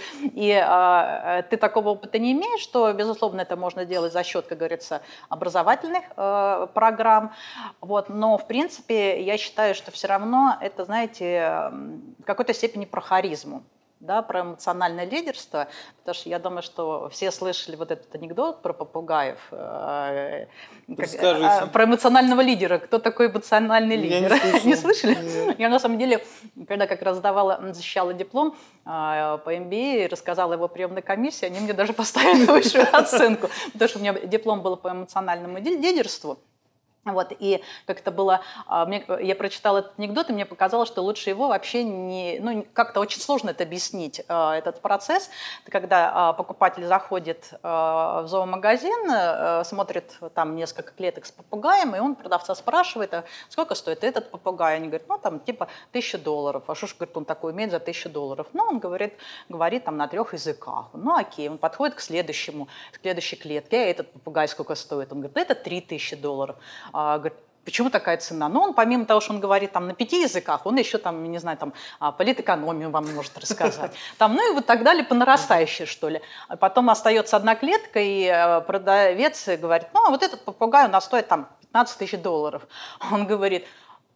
и ты такого опыта не имеешь, то, безусловно, это можно делать за счет, как говорится, образовательных программ. Вот. Но, в принципе, я считаю, что все равно это, знаете, в какой-то степени про харизму. Да, про эмоциональное лидерство, потому что я думаю, что все слышали вот этот анекдот про попугаев, про эмоционального лидера. Кто такой эмоциональный лидер? Не слышали? Я на самом деле, когда как раз защищала диплом по MBA, рассказала его приемной комиссии, они мне даже поставили высшую оценку, потому что у меня диплом был по эмоциональному лидерству. Вот, и как это было, я прочитала этот анекдот, и мне показалось, что лучше его вообще не... Ну, как-то очень сложно это объяснить, этот процесс. Это когда покупатель заходит в зоомагазин, смотрит там несколько клеток с попугаем, и он продавца спрашивает, а сколько стоит этот попугай? Они говорят, ну, там, типа, $1000. А что ж, говорит, он такой умеет за $1000? Ну, он говорит там на 3 языках. Ну, окей, он подходит к следующей клетке, а этот попугай сколько стоит? Он говорит, это $3000. Говорит, почему такая цена? Ну, он помимо того, что он говорит там на 5 языках, он еще там, не знаю, там политэкономию вам может рассказать. Там, ну и вот так далее, по нарастающей, что ли. А потом остается одна клетка, и продавец говорит, ну, а вот этот попугай у нас стоит там $15 000. Он говорит,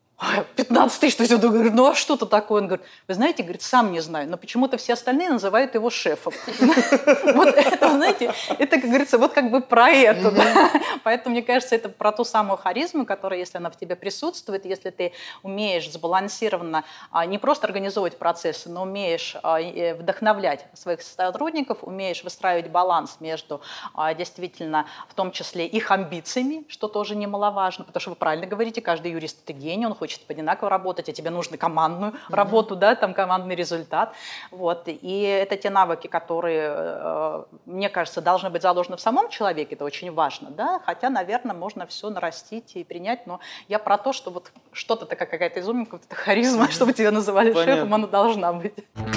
15 000, то есть он говорит, ну а что-то такое? Он говорит, вы знаете, говорит, сам не знаю, но почему-то все остальные называют его шефом. Вот это, знаете, это, как говорится, вот как бы про это. Поэтому, мне кажется, это про ту самую харизму, которая, если она в тебе присутствует, если ты умеешь сбалансированно не просто организовывать процессы, но умеешь вдохновлять своих сотрудников, умеешь выстраивать баланс между действительно, в том числе, их амбициями, что тоже немаловажно, потому что вы правильно говорите, каждый юрист – это гений, он хочет одинаково работать, а тебе нужно командную работу, да, там командный результат. Вот. И это те навыки, которые, мне кажется, должны быть заложены в самом человеке, это очень важно, да, хотя, наверное, можно все нарастить и принять, но я про то, что вот что-то такая какая-то изюминка, вот эта харизма, чтобы тебя называли шефом, она должна быть.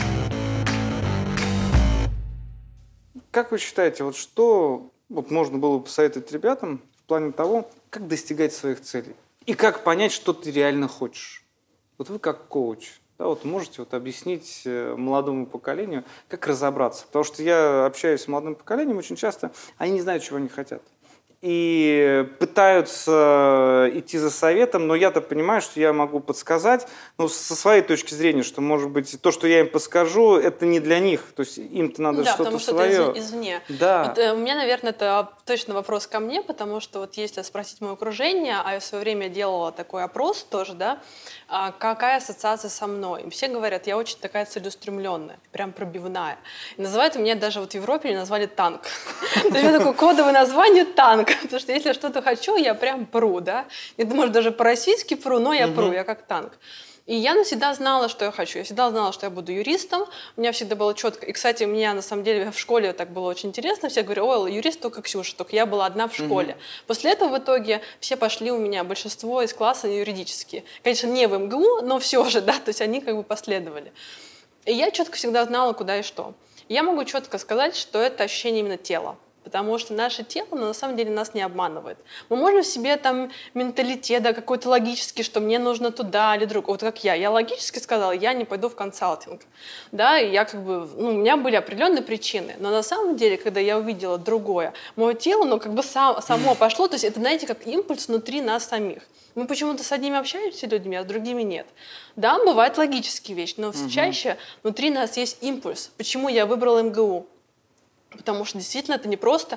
Как вы считаете, вот что вот можно было бы посоветовать ребятам в плане того, как достигать своих целей? И как понять, что ты реально хочешь? Вот вы как коуч, да, вот можете вот объяснить молодому поколению, как разобраться? Потому что я общаюсь с молодым поколением, очень часто они не знают, чего они хотят. И пытаются идти за советом, но я-то понимаю, что я могу подсказать, но со своей точки зрения, что, может быть, то, что я им подскажу, это не для них, то есть им-то надо что-то свое. Да, потому что это извне. Да. Вот, у меня, наверное, это точно вопрос ко мне, потому что вот если спросить мое окружение, а я в свое время делала такой опрос тоже, да, какая ассоциация со мной. И все говорят, я очень такая целеустремленная, прям пробивная. И называют меня даже вот в Европе назвали танк. То есть у меня такое кодовое название танк. Потому что если я что-то хочу, я прям пру, да. Я думаю, даже по-российски пру, но я пру, я как танк. И я всегда знала, что я хочу. Я всегда знала, что я буду юристом. У меня всегда было четко. И, кстати, у меня, на самом деле, в школе так было очень интересно. Все говорят, ой, юрист только Ксюша, только я была одна в школе. После этого, в итоге, все пошли у меня, большинство из класса юридические. Конечно, не в МГУ, но все же, да, то есть они как бы последовали. И я четко всегда знала, куда и что. И я могу четко сказать, что это ощущение именно тела. Потому что наше тело, на самом деле, нас не обманывает. Мы можем в себе там менталитет, да, какой-то логический, что мне нужно туда или другое. Вот как я логически сказала, я не пойду в консалтинг. Да, и я как бы, у меня были определенные причины. Но на самом деле, когда я увидела другое, мое тело, как бы само пошло. То есть это, знаете, как импульс внутри нас самих. Мы почему-то с одними общаемся людьми, а с другими нет. Да, бывают логические вещи, но чаще внутри нас есть импульс. Почему я выбрала МГУ? Потому что действительно это не просто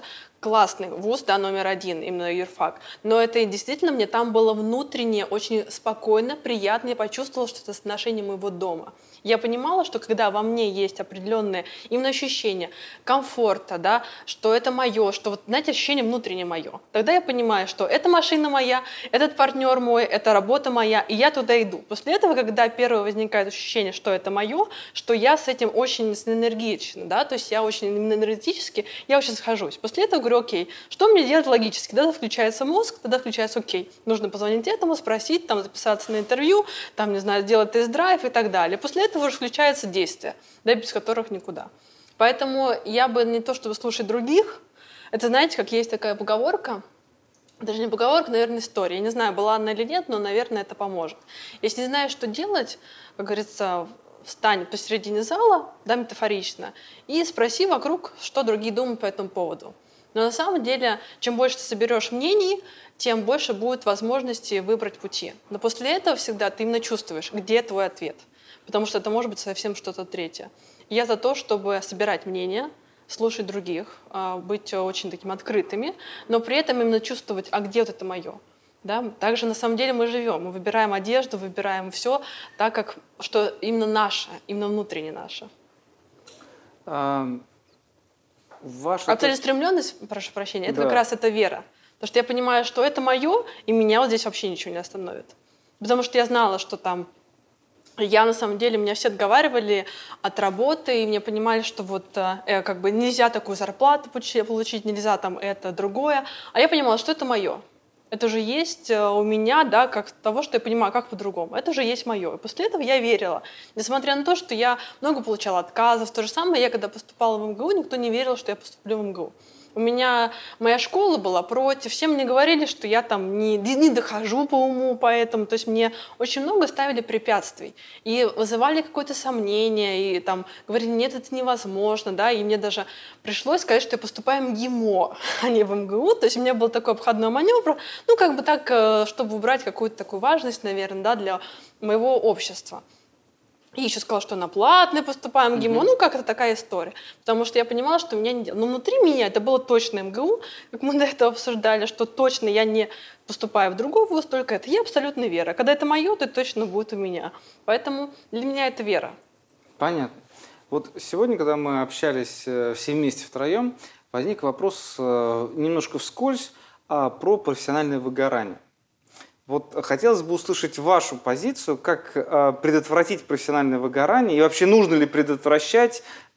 классный вуз, да, номер 1, именно юрфак. Но это действительно мне там было внутренне очень спокойно, приятно. Я почувствовала, что это отношение моего дома. Я понимала, что когда во мне есть определенное именно ощущение комфорта, да, что это мое, что, вот, знаете, ощущение внутреннее мое, тогда я понимаю, что эта машина моя, этот партнер мой, эта работа моя, и я туда иду. После этого, когда первое возникает ощущение, что это мое, что я с этим очень энергична, да, то есть я очень энергетически, я очень схожусь. После этого говорю, окей, что мне делать логически? Тогда включается мозг, тогда включается, окей, нужно позвонить этому, спросить, там, записаться на интервью, там, не знаю, сделать тест-драйв и так далее. После этого уже включаются действия, да, без которых никуда. Поэтому я бы не то, чтобы слушать других, это, знаете, как есть такая поговорка, даже не поговорка, наверное, история. Я не знаю, была она или нет, но, наверное, это поможет. Если не знаешь, что делать, как говорится, встань посередине зала, да, метафорично, и спроси вокруг, что другие думают по этому поводу. Но на самом деле, чем больше ты соберешь мнений, тем больше будет возможности выбрать пути. Но после этого всегда ты именно чувствуешь, где твой ответ. Потому что это может быть совсем что-то третье. Я за то, чтобы собирать мнения, слушать других, быть очень таким открытыми, но при этом именно чувствовать, а где вот это мое. Да? Также на самом деле мы живем, мы выбираем одежду, выбираем все так, как что именно наше, именно внутренне наше. Целеустремленность, прошу прощения, это как раз это вера. Потому что я понимаю, что это мое, и меня вот здесь вообще ничего не остановит. Потому что я знала, что там я, на самом деле, меня все отговаривали от работы, и мне понимали, что вот как бы нельзя такую зарплату получить, нельзя там это, другое. А я понимала, что это мое. Это же есть у меня, да, как того, что я понимаю, как по-другому. Это же есть мое. И после этого я верила. Несмотря на то, что я много получала отказов. То же самое, я когда поступала в МГУ, никто не верил, что я поступлю в МГУ. У меня моя школа была против, все мне говорили, что я там не дохожу по уму, поэтому, то есть мне очень много ставили препятствий и вызывали какое-то сомнение, и там говорили, нет, это невозможно, да, и мне даже пришлось сказать, что я поступаю в МГИМО, а не в МГУ, то есть у меня был такой обходной маневр, ну, как бы так, чтобы убрать какую-то такую важность, наверное, да, для моего общества. И еще сказала, что на платный поступаем в МГИМО. Ну, как это такая история. Потому что я понимала, что меня не делают. Но внутри меня это было точно МГУ, как мы до этого обсуждали, что точно я не поступаю в другой вуз, только это. Я абсолютно вера. Когда это мое, то это точно будет у меня. Поэтому для меня это вера. Понятно. Вот сегодня, когда мы общались все вместе втроем, возник вопрос немножко вскользь про профессиональное выгорание. Вот хотелось бы услышать вашу позицию, как предотвратить профессиональное выгорание и вообще нужно ли предотвращать,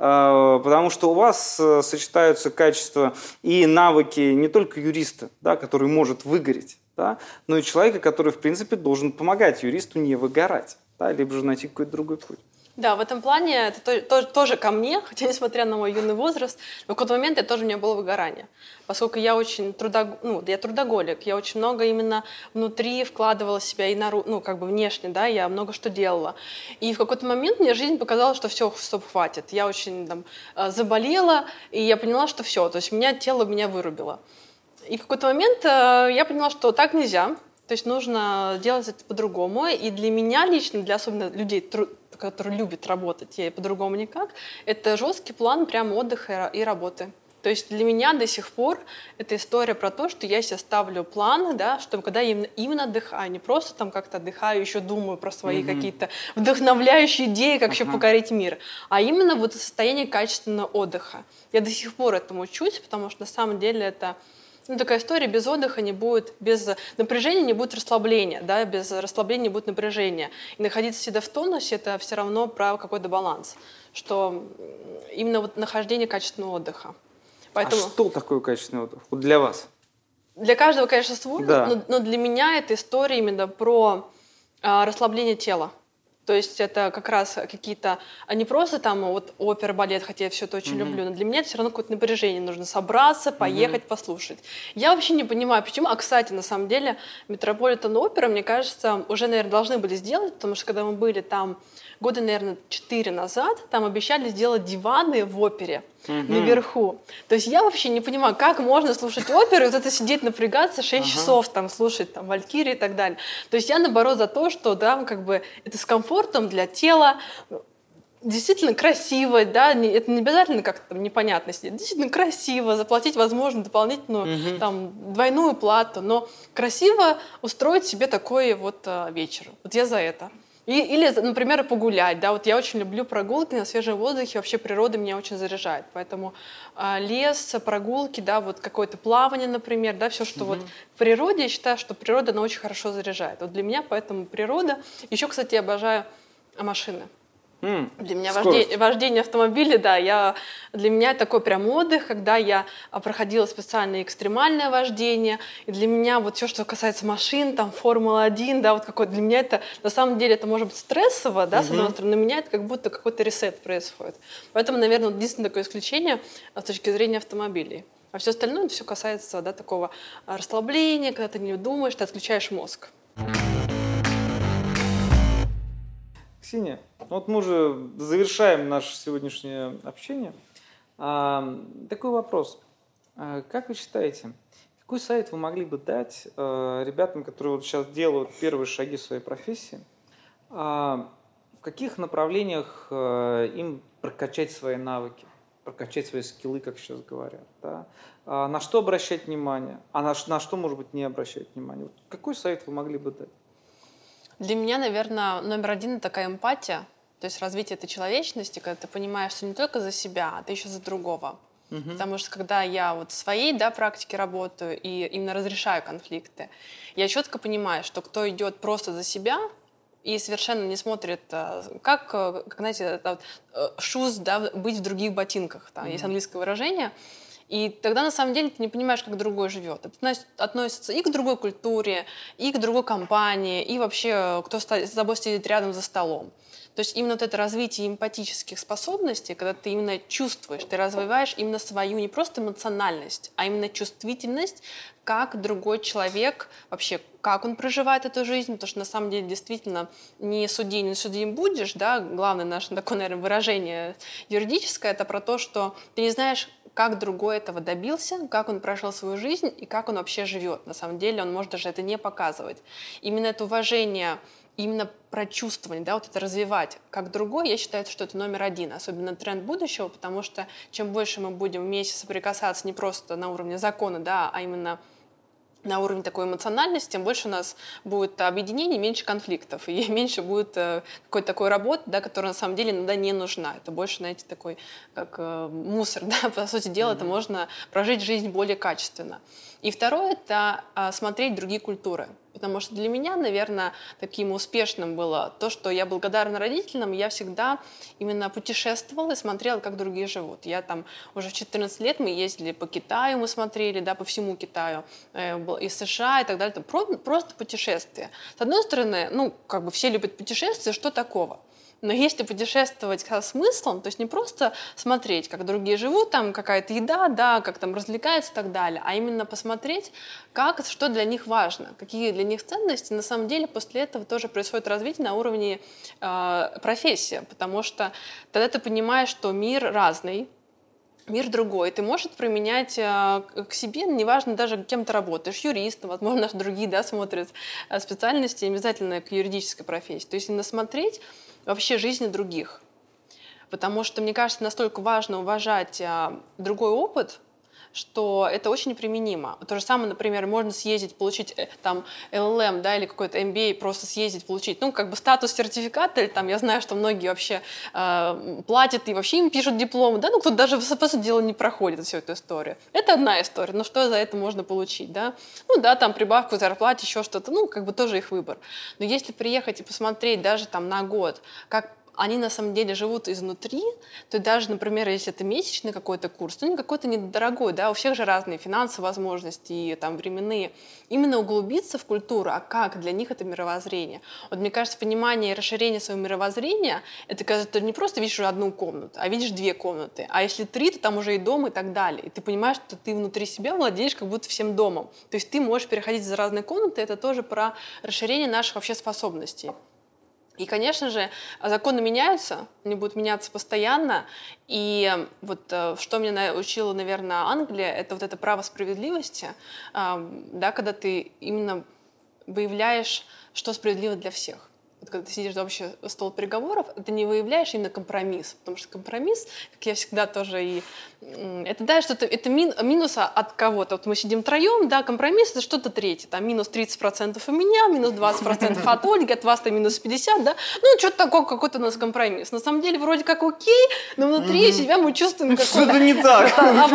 потому что у вас сочетаются качества и навыки не только юриста, да, который может выгореть, да, но и человека, который, в принципе, должен помогать юристу не выгорать, да, либо же найти какой-то другой путь. Да, в этом плане это тоже ко мне, хотя несмотря на мой юный возраст, в какой-то момент у меня было выгорание. Поскольку я очень я трудоголик, я очень много именно внутри вкладывала себя и как бы внешне, да, я много что делала. И в какой-то момент мне жизнь показала, что все, стоп, хватит. Я очень там заболела, и я поняла, что все, то есть тело меня вырубило. И в какой-то момент я поняла, что так нельзя. То есть нужно делать это по-другому. И для меня лично, для особенно людей, которые любят работать, я по-другому никак, это жесткий план прямо отдыха и работы. То есть для меня до сих пор это история про то, что я себе ставлю план, да, что когда я именно отдыхаю, не просто там как-то отдыхаю, еще думаю про свои какие-то вдохновляющие идеи, как еще покорить мир, а именно вот состояние качественного отдыха. Я до сих пор этому учусь, потому что на самом деле это такая история, без отдыха не будет, без напряжения не будет расслабления, да, без расслабления не будет напряжения. И находиться всегда в тонусе – это все равно про какой-то баланс, что именно вот нахождение качественного отдыха. Поэтому... А что такое качественный отдых вот для вас? Для каждого, конечно, свой, да. но для меня это история именно про расслабление тела. То есть это как раз какие-то, не просто там вот опера, балет, хотя я все это очень люблю, но для меня это все равно какое-то напряжение. Нужно собраться, поехать, послушать. Я вообще не понимаю, почему. Кстати, на самом деле, Метрополитен-опера, мне кажется, уже, наверное, должны были сделать, потому что когда мы были там года, наверное, 4 назад, там обещали сделать диваны в опере наверху. То есть я вообще не понимаю, как можно слушать оперу, и вот это сидеть, напрягаться 6 часов, там, слушать там, Валькирии и так далее. То есть я, наоборот, за то, что да, как бы это с комфортом для тела, действительно красиво, да, это не обязательно как-то там непонятно сидеть, действительно красиво, заплатить, возможно, дополнительную там двойную плату, но красиво устроить себе такой вот вечер. Вот я за это. Или, например, погулять, да, вот я очень люблю прогулки на свежем воздухе, вообще природа меня очень заряжает, поэтому лес, прогулки, да, вот какое-то плавание, например, да, все, что вот в природе, я считаю, что природа, она очень хорошо заряжает. Вот для меня поэтому природа. Еще, кстати, я обожаю машины. Для меня вождение автомобиля, да, для меня такой прям отдых, когда я проходила специальное экстремальное вождение, и для меня вот все, что касается машин, там, Формула-1, да, вот какой-то, для меня это, на самом деле, это может быть стрессово, да, с одной стороны, но у меня это как будто какой-то ресет происходит. Поэтому, наверное, единственное такое исключение с точки зрения автомобилей. А все остальное, это все касается, да, такого расслабления, когда ты не думаешь, ты отключаешь мозг. Ксения, вот мы уже завершаем наше сегодняшнее общение. Такой вопрос. Как вы считаете, какой совет вы могли бы дать ребятам, которые вот сейчас делают первые шаги в своей профессии? В каких направлениях им прокачать свои навыки, прокачать свои скиллы, как сейчас говорят? Да? На что обращать внимание, а на что, может быть, не обращать внимание? Вот какой совет вы могли бы дать? Для меня, наверное, номер один — это такая эмпатия, то есть развитие этой человечности, когда ты понимаешь, что не только за себя, а ты еще за другого. Потому что когда я вот в своей, да, практике работаю и именно разрешаю конфликты, я четко понимаю, что кто идет просто за себя и совершенно не смотрит, как знаете, shoes, да, быть в других ботинках, там есть английское выражение. И тогда, на самом деле, ты не понимаешь, как другой живет. Это относится и к другой культуре, и к другой компании, и вообще, кто с тобой сидит рядом за столом. То есть именно вот это развитие эмпатических способностей, когда ты именно чувствуешь, ты развиваешь именно свою не просто эмоциональность, а именно чувствительность, как другой человек, вообще, как он проживает эту жизнь, потому что на самом деле действительно не суди, не судим будешь, да, главное наше такое, наверное, выражение юридическое, это про то, что ты не знаешь, как другой этого добился, как он прожил свою жизнь и как он вообще живет. На самом деле он может даже это не показывать. Именно это уважение, именно прочувствование, да, вот это развивать как другой, я считаю, что это номер один, особенно тренд будущего, потому что чем больше мы будем вместе соприкасаться не просто на уровне закона, да, а именно на уровне такой эмоциональности, тем больше у нас будет объединений, меньше конфликтов, и меньше будет какой-то такой работы, да, которая на самом деле иногда не нужна. Это больше, знаете, такой, как мусор, да, по сути дела, это можно прожить жизнь более качественно. И второе — это смотреть другие культуры. Потому что для меня, наверное, таким успешным было то, что я благодарна родителям, я всегда именно путешествовала и смотрела, как другие живут. Я там уже в 14 лет мы ездили по Китаю, мы смотрели, да, по всему Китаю, из США и так далее. Это просто путешествие. С одной стороны, ну, как бы все любят путешествия, что такого? Но если путешествовать со смыслом, то есть не просто смотреть, как другие живут, там какая-то еда, да, как там развлекаются и так далее, а именно посмотреть, что для них важно, какие для них ценности. На самом деле после этого тоже происходит развитие на уровне профессии, потому что тогда ты понимаешь, что мир разный, мир другой. Ты можешь применять к себе, неважно даже кем ты работаешь, юристом, возможно, наши другие, да, смотрят специальности, не обязательно к юридической профессии. То есть именно смотреть вообще жизни других. Потому что, мне кажется, настолько важно уважать другой опыт, что это очень применимо. То же самое, например, можно съездить, получить там LLM, да, или какой-то MBA, просто съездить, получить, ну, как бы статус сертификата, или там, я знаю, что многие вообще платят и вообще им пишут дипломы, да, ну, кто-то даже, по сути дела, не проходит всю эту историю. Это одна история, но что за это можно получить, да? Ну, да, там прибавку к зарплате, еще что-то, ну, как бы тоже их выбор. Но если приехать и посмотреть даже там на год, как они на самом деле живут изнутри, то даже, например, если это месячный какой-то курс, то не какой-то недорогой, да, у всех же разные финансовые возможности и там временные. Именно углубиться в культуру, а как для них это мировоззрение. Вот мне кажется, понимание и расширение своего мировоззрения, это когда ты не просто видишь одну комнату, а видишь 2 комнаты. А если 3, то там уже и дом и так далее. И ты понимаешь, что ты внутри себя владеешь как будто всем домом. То есть ты можешь переходить за разные комнаты, это тоже про расширение наших вообще способностей. И, конечно же, законы меняются, они будут меняться постоянно. И вот что меня научила, наверное, Англия, это вот это право справедливости, да, когда ты именно выявляешь, что справедливо для всех. вот когда ты сидишь за общий стол переговоров, ты не выявляешь именно компромисс, потому что компромисс, как я всегда тоже и... Это, да, что-то, это минус от кого-то. Вот мы сидим втроем, да, компромисс — это что-то третье. Там минус 30% у меня, минус 20% от Ольги, от вас-то минус 50%, да. Ну, что-то такое, какой-то у нас компромисс. На самом деле, вроде как окей, но внутри себя мы чувствуем, как что-то не так.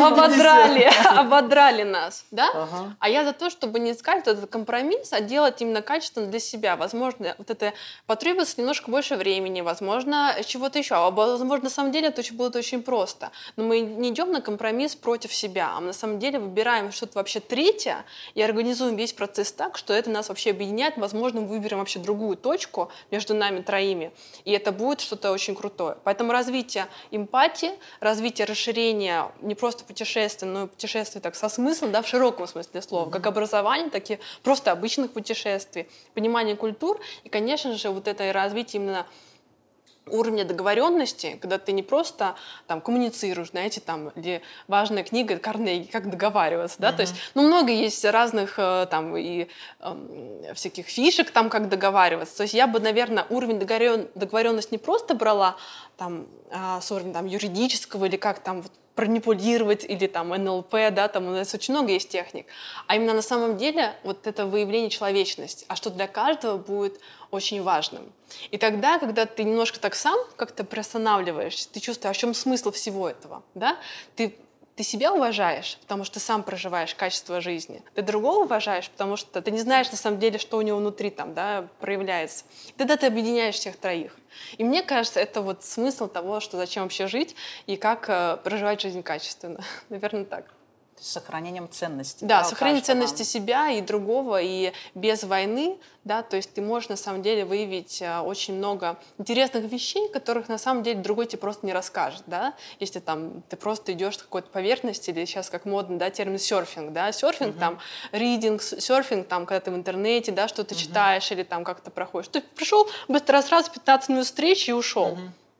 Ободрали нас, да. А я за то, чтобы не искать этот компромисс, а делать именно качественно для себя. Возможно, вот это потребуется немножко больше времени, возможно, чего-то еще. А возможно, на самом деле это будет очень просто. Но мы не идем на компромисс против себя, а мы на самом деле выбираем что-то вообще третье и организуем весь процесс так, что это нас вообще объединяет. Возможно, мы выберем вообще другую точку между нами троими, и это будет что-то очень крутое. Поэтому развитие эмпатии, развитие расширения не просто путешествий, но и путешествий так со смыслом, да, в широком смысле слова, как образование, так и просто обычных путешествий, понимание культур и, конечно же, вот это развитие именно уровня договоренности, когда ты не просто там коммуницируешь, знаете, там, или важная книга Карнеги «Как договариваться», да, то есть, ну, много есть разных там и всяких фишек там, как договариваться, то есть я бы, наверное, уровень договоренности не просто брала там с уровня там юридического или как там вот манипулировать или там НЛП, да, там у нас очень много есть техник, а именно на самом деле вот это выявление человечности, а что для каждого будет очень важным. И тогда, когда ты немножко так сам как-то приостанавливаешься, ты чувствуешь, а в чем смысл всего этого, да, ты себя уважаешь, потому что ты сам проживаешь качество жизни. Ты другого уважаешь, потому что ты не знаешь на самом деле, что у него внутри там, да, проявляется. Тогда ты объединяешь всех троих. И мне кажется, это вот смысл того, что зачем вообще жить и как проживать жизнь качественно. Наверное, так. С сохранением ценностей. Да, сохранение ценности себя и другого, и без войны, да, то есть ты можешь на самом деле выявить очень много интересных вещей, которых на самом деле другой тебе просто не расскажет, да, если там ты просто идешь с какой-то поверхности, или сейчас как модно, да, термин серфинг, да, серфинг там, ридинг, серфинг там, когда ты в интернете, да, что-то читаешь или там как-то проходишь, ты пришел, быстро раз 15 минут встречи и ушел.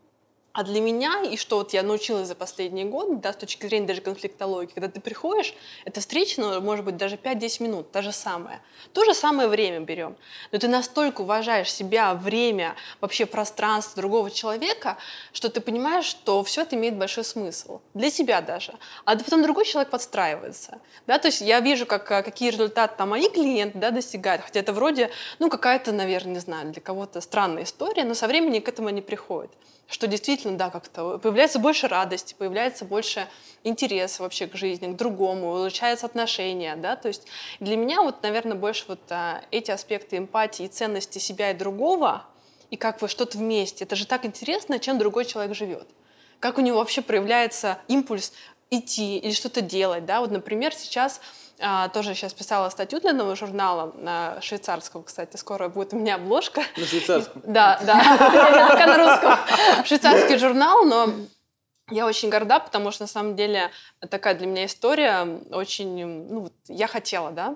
А для меня, и что вот я научилась за последние годы, да, с точки зрения даже конфликтологии, когда ты приходишь, эта встреча, ну, может быть, даже 5-10 минут, то же самое время берем. Но ты настолько уважаешь себя, время, вообще пространство другого человека, что ты понимаешь, что все это имеет большой смысл. Для себя даже. А потом другой человек подстраивается. Да? То есть я вижу, какие результаты там мои клиенты, да, достигают. Хотя это вроде, ну, какая-то, наверное, не знаю, для кого-то странная история, но со временем к этому не приходит. Что действительно, да, как-то появляется больше радости, появляется больше интереса вообще к жизни, к другому, улучшаются отношения, да, то есть для меня вот, наверное, больше вот эти аспекты эмпатии и ценности себя и другого, и как вы что-то вместе, это же так интересно, чем другой человек живет, как у него вообще проявляется импульс идти или что-то делать, да, вот, например, сейчас тоже сейчас писала статью для нового журнала, швейцарского, кстати, скоро будет у меня обложка. На швейцарском? Да, я пока на русском. Швейцарский журнал, но я очень горда, потому что на самом деле такая для меня история очень, ну, я хотела, да.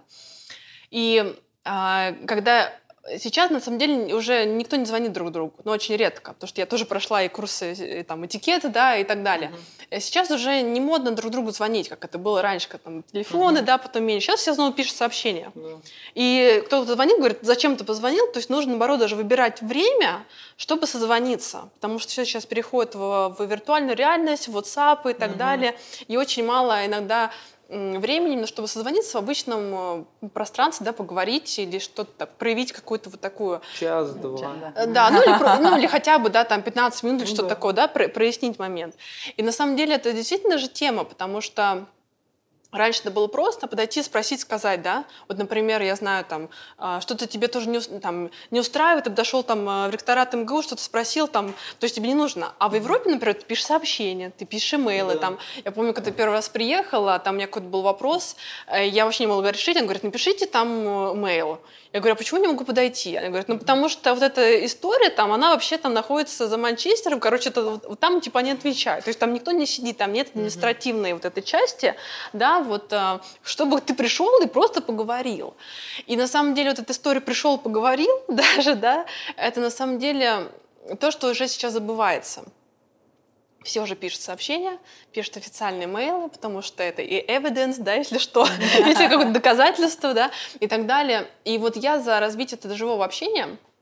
И когда сейчас, на самом деле, уже никто не звонит друг другу, но очень редко, потому что я тоже прошла и курсы там, этикеты, да, и так далее. Сейчас уже не модно друг другу звонить, как это было раньше, как там телефоны, да, потом меньше. Сейчас все снова пишут сообщения. И кто-то звонит, говорит, зачем ты позвонил? То есть нужно, наоборот, даже выбирать время, чтобы созвониться, потому что все сейчас переходит в виртуальную реальность, в WhatsApp и так далее, и очень мало иногда времени, чтобы созвониться в обычном пространстве, да, поговорить или что-то, проявить какую-то вот такую... Час-два. Да, или хотя бы, да, там 15 минут или что-то такое, да, прояснить момент. И на самом деле это действительно же тема, потому что раньше это было просто подойти, спросить, сказать, да. Вот, например, я знаю, там, что-то тебе тоже не устраивает, ты подошел там в ректорат МГУ, что-то спросил, там, то есть тебе не нужно. А в Европе, например, ты пишешь сообщения, ты пишешь имейлы. Там. Я помню, когда первый раз приехала, там у меня какой-то был вопрос, я вообще не могла решить, он говорит, напишите там мейл. Я говорю, а почему не могу подойти? Она говорит, ну потому что вот эта история, там, она вообще там находится за Манчестером, короче, это, вот там типа не отвечают. То есть там никто не сидит, там нет административной вот этой части, да, вот, чтобы ты пришел и просто поговорил. И на самом деле вот эта история «пришел, поговорил» даже, да, это на самом деле то, что уже сейчас забывается. Все уже пишут сообщения, пишут официальные мейлы, потому что это и evidence, да, если что, если какое-то доказательство, да, и так далее. И вот я за развитие этого живого общения,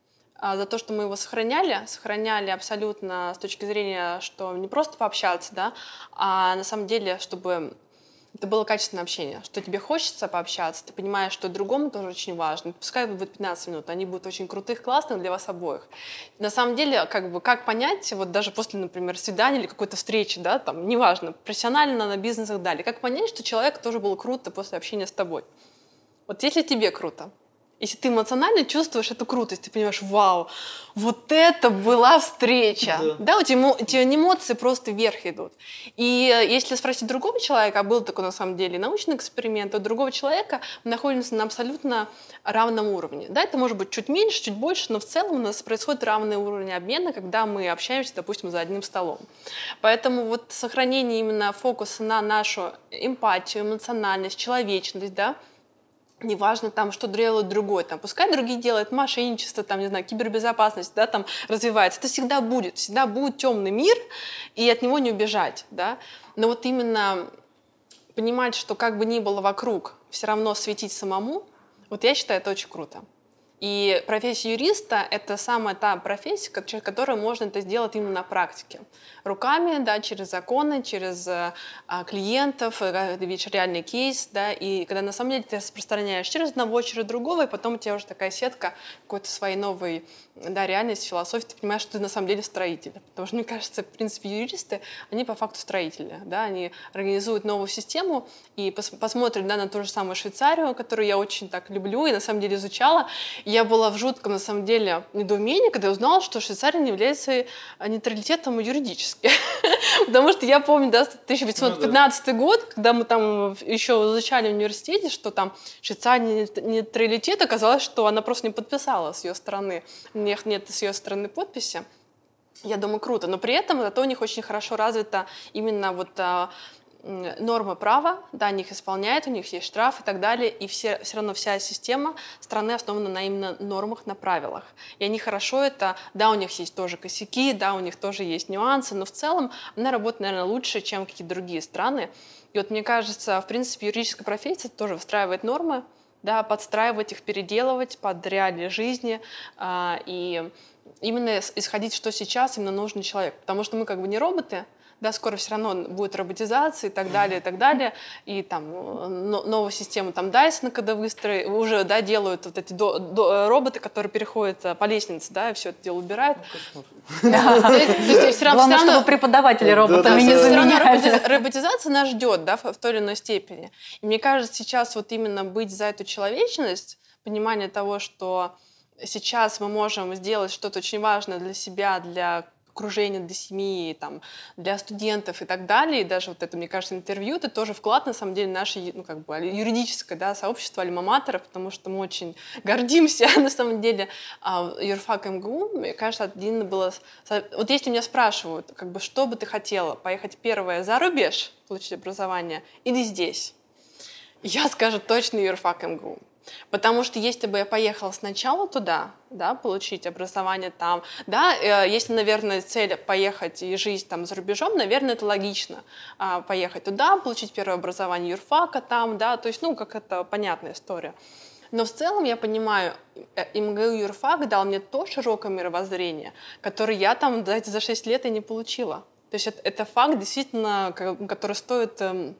за то, что мы его сохраняли абсолютно с точки зрения, что не просто пообщаться, да, а на самом деле, чтобы это было качественное общение, что тебе хочется пообщаться, ты понимаешь, что другому тоже очень важно. Пускай будет 15 минут, они будут очень крутых, классных для вас обоих. На самом деле, как понять, вот даже после, например, свидания или какой-то встречи, да, там, неважно, профессионально, на бизнес и так далее, как понять, что человеку тоже было круто после общения с тобой? Вот если тебе круто, если ты эмоционально чувствуешь эту крутость, ты понимаешь, вау, вот это была встреча. Да, у тебя эмоции просто вверх идут. И если спросить другого человека, а был такой на самом деле научный эксперимент, у другого человека мы находимся на абсолютно равном уровне. Да, это может быть чуть меньше, чуть больше, но в целом у нас происходит равный уровень обмена, когда мы общаемся, допустим, за одним столом. Поэтому вот сохранение именно фокуса на нашу эмпатию, эмоциональность, человечность, да, неважно там, что делает другой, там, пускай другие делают мошенничество, там, не знаю, кибербезопасность, да, там, развивается. Это всегда будет темный мир, и от него не убежать, да. Но вот именно понимать, что как бы ни было вокруг, все равно светить самому, вот я считаю, это очень круто. И профессия юриста — это самая та профессия, через которую можно это сделать именно на практике. Руками, да, через законы, через клиентов, ты видишь реальный кейс, да, и когда на самом деле ты распространяешь через одного, через другого, и потом у тебя уже такая сетка какой-то своей новой, да, реальности, философии, ты понимаешь, что ты на самом деле строитель. Потому что, мне кажется, в принципе, юристы, они по факту строители, да, они организуют новую систему и посмотрят, да, на ту же самую Швейцарию, которую я очень так люблю и на самом деле изучала. Я была в жутком, на самом деле, недоумении, когда я узнала, что Швейцария не является нейтралитетом юридически. Потому что я помню, да, 1915 год, когда мы там еще изучали в университете, что там Швейцария нейтралитет, оказалось, что она просто не подписала с ее стороны. У них нет с ее стороны подписи. Я думаю, круто. Но при этом зато у них очень хорошо развита именно вот нормы права, да, они их исполняют, у них есть штраф и так далее, и все равно вся система страны основана на именно нормах, на правилах. И они хорошо это, да, у них есть тоже косяки, да, у них тоже есть нюансы, но в целом она работает, наверное, лучше, чем какие-то другие страны. И вот мне кажется, в принципе, юридическая профессия тоже выстраивает нормы, да, подстраивать их, переделывать под реалии жизни, и именно исходить, что сейчас именно нужен человек. Потому что мы как бы не роботы, да, скоро все равно будет роботизация и так далее, и там новую систему там Dyson, когда выстроили, уже, да, делают вот эти роботы, которые переходят по лестнице, да, и все это дело убирают. Главное, чтобы преподаватели роботами не заменяли. Роботизация нас ждет, да, в той или иной степени. И мне кажется, сейчас вот именно быть за эту человечность, понимание того, что сейчас мы можем сделать что-то очень важное для себя, для окружения, для семьи, там, для студентов и так далее. И даже вот это, мне кажется, интервью — это тоже вклад, на самом деле, наше, ну, как бы, юридическое, да, сообщество альма-матеров, потому что мы очень гордимся, на самом деле, юрфак МГУ. Мне кажется, один было... Вот если меня спрашивают, как бы, что бы ты хотела, поехать первое за рубеж, получить образование, или здесь? Я скажу точно юрфак МГУ. Потому что если бы я поехала сначала туда, да, получить образование там, да, если, наверное, цель поехать и жить там за рубежом, наверное, это логично. Поехать туда, получить первое образование юрфака там, да, то есть, ну, как это понятная история. Но в целом я понимаю, МГУ юрфак дал мне то широкое мировоззрение, которое я там за 6 лет и не получила. То есть это факт, действительно, который стоит...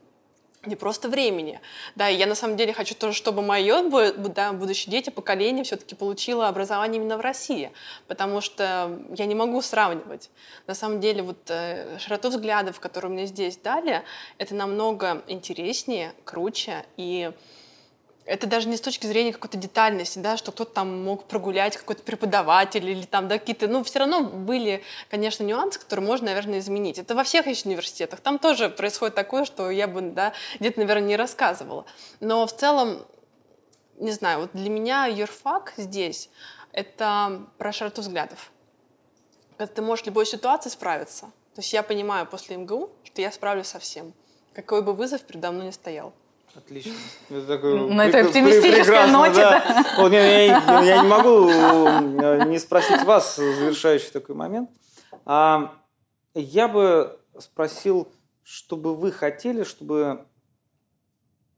не просто времени. Да, и я на самом деле хочу тоже, чтобы мое, да, будущие дети, поколение все-таки получило образование именно в России, потому что я не могу сравнивать. На самом деле вот широту взглядов, которую мне здесь дали, это намного интереснее, круче, и это даже не с точки зрения какой-то детальности, да, что кто-то там мог прогулять, какой-то преподаватель или там, да, какие-то, ну, все равно были, конечно, нюансы, которые можно, наверное, изменить. Это во всех еще университетах. Там тоже происходит такое, что я бы, да, где-то, наверное, не рассказывала. Но в целом, не знаю, вот для меня юрфак здесь — это про широту взглядов. Когда ты можешь в любой ситуации справиться. То есть я понимаю после МГУ, что я справлюсь со всем. Какой бы вызов передо мной ни стоял. Отлично. Это такой на этой оптимистической ноте, да. Вот, я не могу не спросить вас, завершающий такой момент. Я бы спросил, что бы вы хотели, чтобы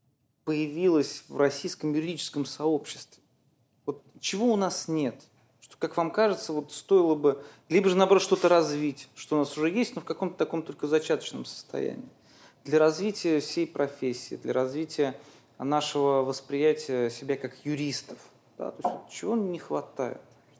появилось в российском юридическом сообществе? Вот чего у нас нет? Как вам кажется, вот стоило бы либо же, наоборот, что-то развить, что у нас уже есть, но в каком-то таком только зачаточном состоянии. Для развития всей профессии, для развития нашего восприятия себя как юристов. Да? То есть, чего не хватает?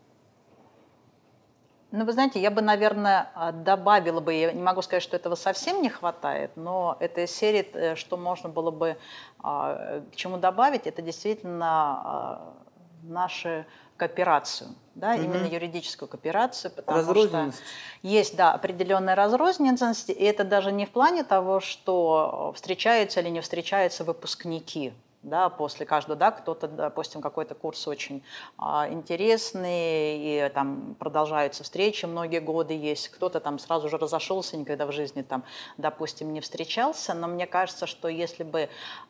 Ну, вы знаете, я бы, наверное, добавила бы, я не могу сказать, что этого совсем не хватает, но этой серии, что можно было бы к чему добавить, это действительно нашу кооперацию, да, именно юридическую кооперацию, потому что есть, да, определенная разрозненность, и это даже не в плане того, что встречаются или не встречаются выпускники. Да, после каждого, да, кто-то, допустим, какой-то курс очень интересный, и там продолжаются встречи, многие годы есть, кто-то там сразу же разошелся, никогда в жизни там, допустим, не встречался, но мне кажется, что если бы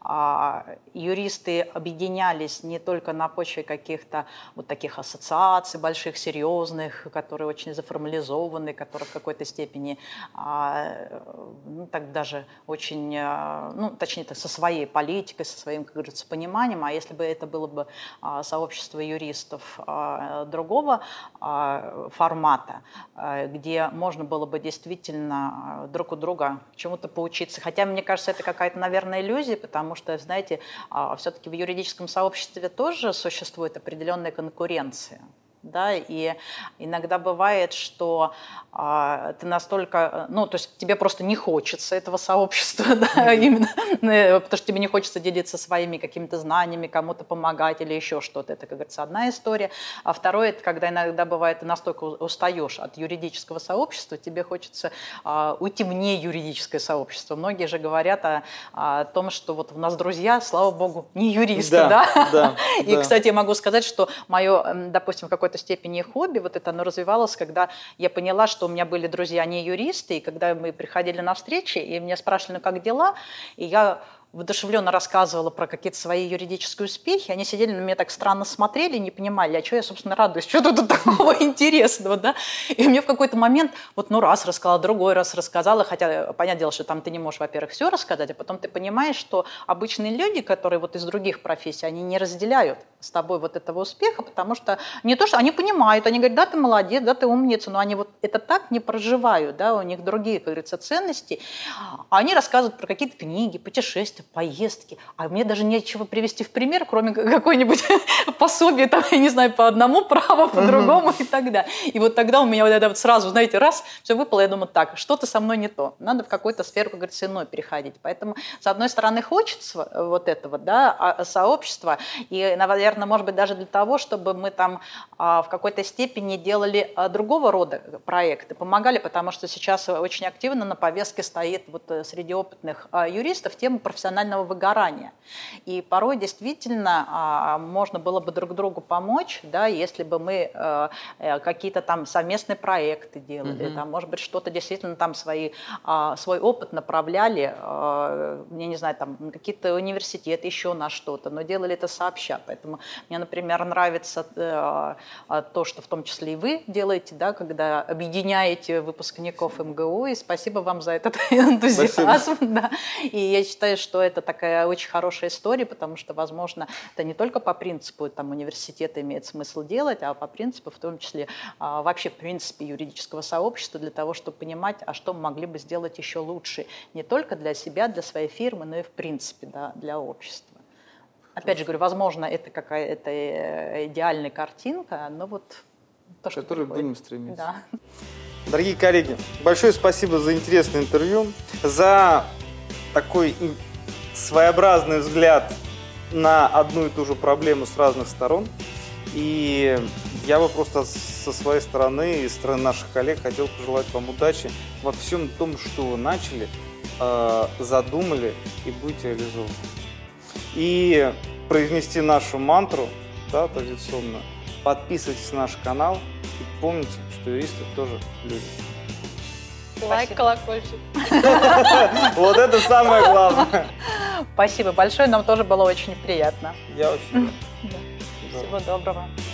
юристы объединялись не только на почве каких-то вот таких ассоциаций больших, серьезных, которые очень заформализованы, которые в какой-то степени, ну, так даже очень, ну, точнее, так, со своей политикой, со своим, как говорится, пониманием, а если бы это было бы сообщество юристов другого формата, где можно было бы действительно друг у друга чему-то поучиться. Хотя, мне кажется, это какая-то, наверное, иллюзия, потому что, знаете, все-таки в юридическом сообществе тоже существует определенная конкуренция. Да, и иногда бывает, что ты настолько, ну, то есть тебе просто не хочется этого сообщества, да, именно, потому что тебе не хочется делиться своими какими-то знаниями, кому-то помогать или еще что-то. Это, как говорится, одна история. А второе, это когда иногда бывает, ты настолько устаешь от юридического сообщества, тебе хочется уйти вне юридическое сообщество. Многие же говорят о том, что вот у нас друзья, слава богу, не юристы, да? И, кстати, я могу сказать, что мое, допустим, какое-то степени хобби, вот это оно развивалось, когда я поняла, что у меня были друзья не юристы, и когда мы приходили на встречи, и меня спрашивали, ну как дела, и я воодушевленно рассказывала про какие-то свои юридические успехи, они сидели на меня так странно смотрели, не понимали, а что я, собственно, радуюсь, что тут такого интересного, да? И мне в какой-то момент, вот, ну, раз рассказала, другой раз рассказала, хотя, понятное дело, что там ты не можешь, во-первых, все рассказать, а потом ты понимаешь, что обычные люди, которые вот из других профессий, они не разделяют с тобой вот этого успеха, потому что не то, что они понимают, они говорят, да, ты молодец, да, ты умница, но они вот это так не проживают, да, у них другие, как говорится, ценности, а они рассказывают про какие-то книги, путешествия, поездки, а мне даже нечего привести в пример, кроме какой-нибудь пособия, там, я не знаю, по одному праву, по другому и так далее. И вот тогда у меня вот это вот сразу, знаете, раз, все выпало, я думаю, так, что-то со мной не то, надо в какую-то сферу, как говорится, иной переходить. Поэтому, с одной стороны, хочется вот этого, да, сообщества, и, наверное, может быть, даже для того, чтобы мы там в какой-то степени делали другого рода проекты, помогали, потому что сейчас очень активно на повестке стоит вот среди опытных юристов тема профессионального выгорания. И порой действительно можно было бы друг другу помочь, да, если бы мы какие-то там совместные проекты делали, там, может быть, что-то действительно там свой опыт направляли, я не знаю, там, какие-то университеты, еще на что-то, но делали это сообща. Поэтому мне, например, нравится то, что в том числе и вы делаете, да, когда объединяете выпускников МГУ, и спасибо вам за этот энтузиазм. Да. И я считаю, что это такая очень хорошая история, потому что, возможно, это не только по принципу там, университета имеет смысл делать, а по принципу, в том числе, вообще, в принципе, юридического сообщества, для того, чтобы понимать, а что мы могли бы сделать еще лучше, не только для себя, для своей фирмы, но и, в принципе, да, для общества. Опять же говорю, возможно, это какая-то идеальная картинка, но вот то, что которой будем стремиться. Да. Дорогие коллеги, большое спасибо за интересное интервью, за такой своеобразный взгляд на одну и ту же проблему с разных сторон. И я бы просто со своей стороны и со стороны наших коллег хотел пожелать вам удачи во всем том, что вы начали, задумали и будете реализовывать. И произнести нашу мантру, да, традиционную. Подписывайтесь на наш канал и помните, что юристы тоже люди. Лайк, колокольчик. Вот это самое главное. Спасибо большое, нам тоже было очень приятно. Я очень рад. Всего доброго.